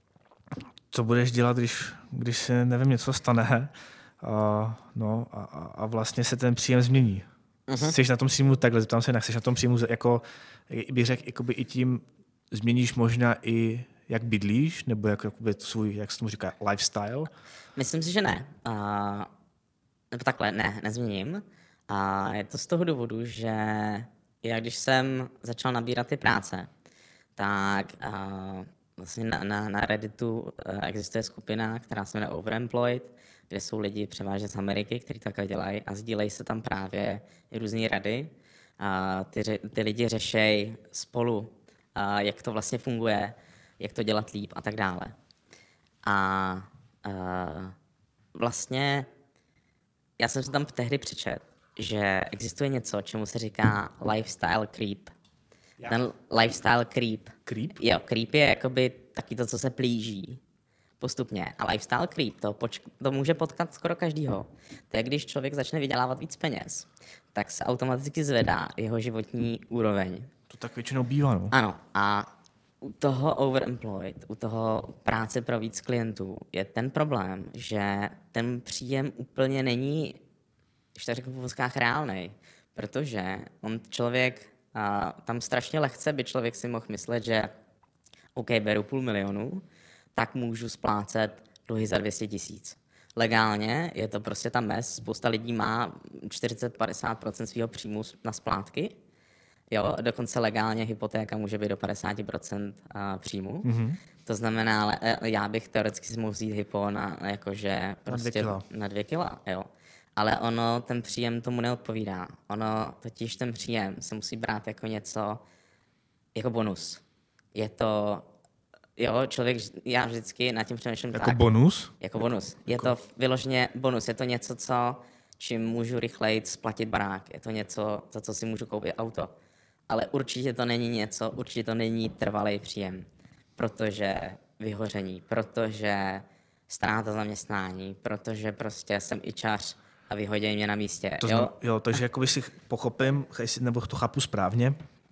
co budeš dělat, když, když se, nevím, něco stane, uh, no, a, a vlastně se ten příjem změní. Uh-huh. Jsi na tom příjmu takhle, zeptám se jinak, jsi na tom příjmu, jako, bych řekl, jakoby i tím změníš možná i jak bydlíš, nebo jak, jakoby svůj, jak se tomu říká, lifestyle? Myslím si, že ne. Uh, nebo takhle, ne, nezměním. A je to z toho důvodu, že já když jsem začal nabírat ty práce, tak uh, vlastně na, na, na Redditu uh, existuje skupina, která se jmenuje Overemployed, kde jsou lidi převážně z Ameriky, kteří takhle dělají a sdílejí se tam právě různé rady. Uh, ty, ty lidi řešejí spolu, uh, jak to vlastně funguje, jak to dělat líp a tak dále. A uh, vlastně já jsem se tam tehdy přečet, že existuje něco, čemu se říká lifestyle creep. Jak? Ten lifestyle creep. Creep? Jo, creep je jakoby taky to, co se plíží postupně. A lifestyle creep, to, poč- to může potkat skoro každýho. To je, když člověk začne vydělávat víc peněz, tak se automaticky zvedá jeho životní úroveň. To tak většinou bývá, no. Ano. A u toho overemployed, u toho práce pro víc klientů je ten problém, že ten příjem úplně není, když to řeknu v uvozovkách, reálnej, protože on člověk, a tam strašně lehce by člověk si mohl myslet, že OK, beru půl milionu, tak můžu splácet dluhy za dvě stě tisíc. Legálně je to prostě ta mez, spousta lidí má čtyřicet až padesát procent svého příjmu na splátky, jo, dokonce legálně hypotéka může být do padesát procent příjmu. Mm-hmm. To znamená, ale já bych teoreticky si mohl vzít hypo na, jakože prostě na dvě kila. Na dvě kila, jo. Ale ono, ten příjem tomu neodpovídá. Ono, totiž ten příjem se musí brát jako něco, jako bonus. Je to, jo, člověk, já vždycky nad tím přemýšlím jako tak. bonus? Jako bonus. Je to vyloženě bonus. Je to něco, co, čím můžu rychleji splatit barák. Je to něco, za co si můžu koupit auto. Ale určitě to není něco, určitě to není trvalý příjem. Protože vyhoření, protože ztráta zaměstnání, protože prostě jsem ičař a vyhodí mě na místě. To jo? Znam, jo, takže jakoby si pochopím, nebo to chápu správně,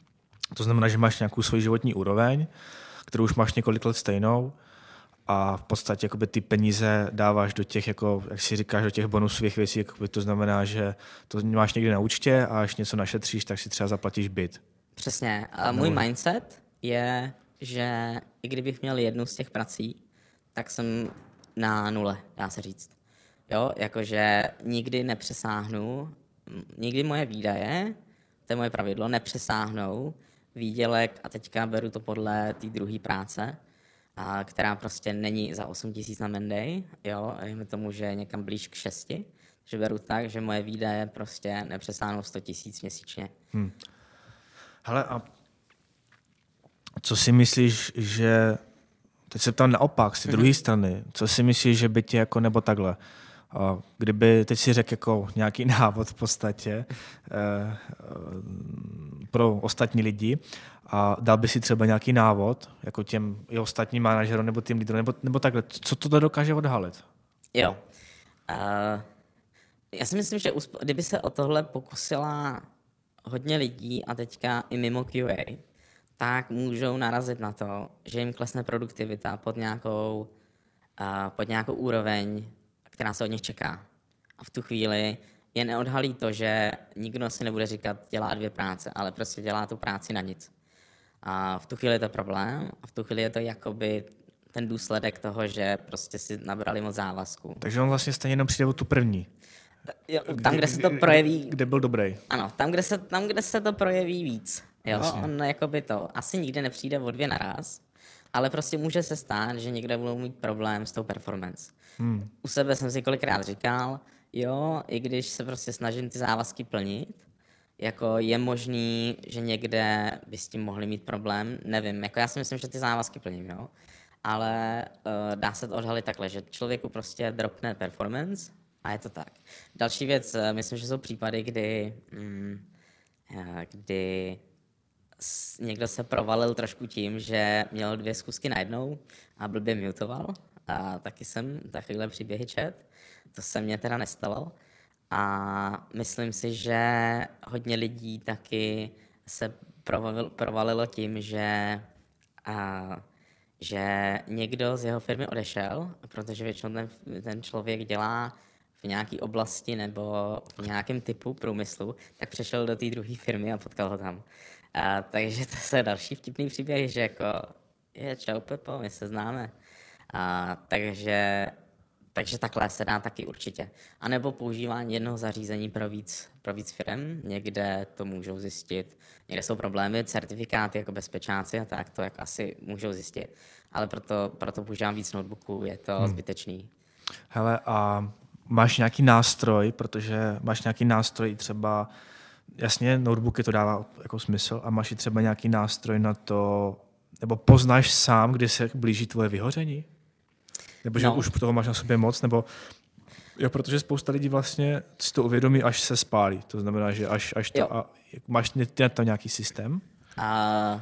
to znamená, že máš nějakou svoji životní úroveň, kterou už máš několik let stejnou a v podstatě jakoby ty peníze dáváš do těch, jako, jak si říkáš, do těch bonusových věcí, jakoby to znamená, že to máš někde na účtě a až něco našetříš, tak si třeba zaplatíš byt. Přesně. A můj mindset je, že i kdybych měl jednu z těch prací, tak jsem na nule, dá se říct. Jo, jakože nikdy nepřesáhnu, nikdy moje výdaje, to je moje pravidlo, nepřesáhnou výdělek, a teďka beru to podle té druhé práce, a která prostě není za osm tisíc na Monday, jo, dejme tomu, že někam blíž k šesti, že beru tak, že moje výdaje prostě nepřesáhnou sto tisíc měsíčně. Hmm. Hele, a co si myslíš, že, teď se ptám naopak, z té mm-hmm. druhé strany, co si myslíš, že by tě jako, nebo takhle, kdyby, teď si řekl jako nějaký návod v podstatě eh, pro ostatní lidi a dal by si třeba nějaký návod jako těm i ostatním manažerům nebo těm lídrům, nebo, nebo takhle, co to dokáže odhalit? Jo. Uh, já si myslím, že uspo- kdyby se o tohle pokusila hodně lidí a teďka i mimo Q A, tak můžou narazit na to, že jim klesne produktivita pod nějakou, uh, pod nějakou úroveň, která se od nich čeká. A v tu chvíli je neodhalí to, že nikdo si nebude říkat, dělá dvě práce, ale prostě dělá tu práci na nic. A v tu chvíli je to problém a v tu chvíli je to jakoby ten důsledek toho, že prostě si nabrali moc závazků. Takže on vlastně stejně jenom přijde o tu první. Jo, tam, kde se to projeví... Kde byl dobrý. Ano, tam, kde se, tam, kde se to projeví víc. Jo, vlastně. On jakoby to asi nikdy nepřijde o dvě naraz, ale prostě může se stát, že někde budou mít problém s tou performance. Hmm. U sebe jsem si kolikrát říkal, jo, i když se prostě snažím ty závazky plnit, jako je možný, že někde by s tím mohli mít problém, nevím, jako já si myslím, že ty závazky plním, jo, ale uh, dá se to odhalit takhle, že člověku prostě dropne performance a je to tak. Další věc, uh, myslím, že jsou případy, kdy, mm, kdy s, někdo se provalil trošku tím, že měl dvě zkusky najednou a blbě mutoval. A taky jsem takovýhle příběhy čet. To se mně teda nestalo. A myslím si, že hodně lidí taky se provalilo, provalilo tím, že, a, že někdo z jeho firmy odešel, protože většinou ten, ten člověk dělá v nějaké oblasti nebo v nějakém typu průmyslu, tak přešel do té druhé firmy a potkal ho tam. A, takže to jsou další vtipný příběhy, že jako je čau Pepo, my se známe. A, takže, takže takhle se dá taky určitě. A nebo používání jednoho zařízení pro víc, pro víc firm, někde to můžou zjistit, někde jsou problémy, certifikáty jako bezpečáci a tak, to jak asi můžou zjistit. Ale proto, proto používám víc notebooků, je to hmm. zbytečný. Hele, a máš nějaký nástroj, protože máš nějaký nástroj třeba, jasně, notebooky to dává jako smysl, a máš i třeba nějaký nástroj na to, nebo poznáš sám, kdy se blíží tvoje vyhoření? Nebo že no. už toho máš na sobě moc, nebo jo, protože spousta lidí vlastně si to uvědomí, až se spálí. To znamená, že až, až to, a máš na to nějaký systém? A...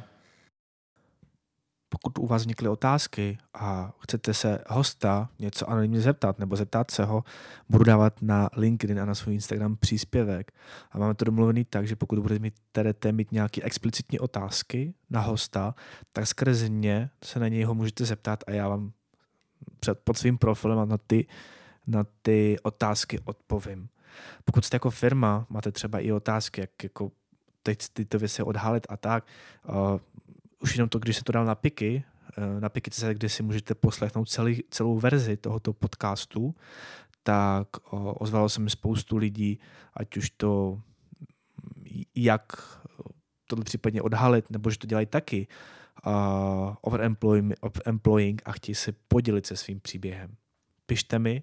Pokud u vás vznikly otázky a chcete se hosta něco anonymně zeptat nebo zeptat se ho, budu dávat na LinkedIn a na svůj Instagram příspěvek. A máme to domluvený tak, že pokud budete mít, budete mít nějaké explicitní otázky na hosta, tak skrze mě se na něj ho můžete zeptat a já vám před, pod svým profilem na ty, na ty otázky odpovím. Pokud jste jako firma, máte třeba i otázky, jak jako teď tyto věci odhalit a tak, uh, už jenom to, když se to dal na Piky, na Piky, kde si můžete poslechnout celý, celou verzi tohoto podcastu, tak o, ozvalo se mi spoustu lidí, ať už to, jak tohle případně odhalit, nebo že to dělají taky, uh, overemploying a chtějí se podělit se svým příběhem. Pište mi,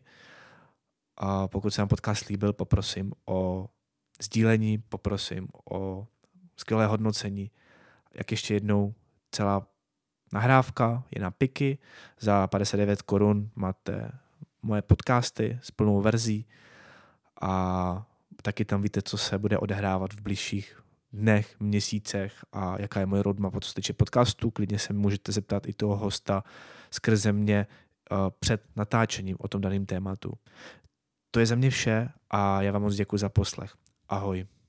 a pokud se vám podcast líbil, poprosím o sdílení, poprosím o skvělé hodnocení. Jak ještě jednou, celá nahrávka je na Piky, za padesát devět korun máte moje podcasty s plnou verzí a taky tam víte, co se bude odehrávat v bližších dnech, měsících a jaká je moje roadmap, co se týče podcastu. Klidně se můžete zeptat i toho hosta skrze mě uh, před natáčením o tom daném tématu. To je za mě vše a já vám moc děkuji za poslech. Ahoj.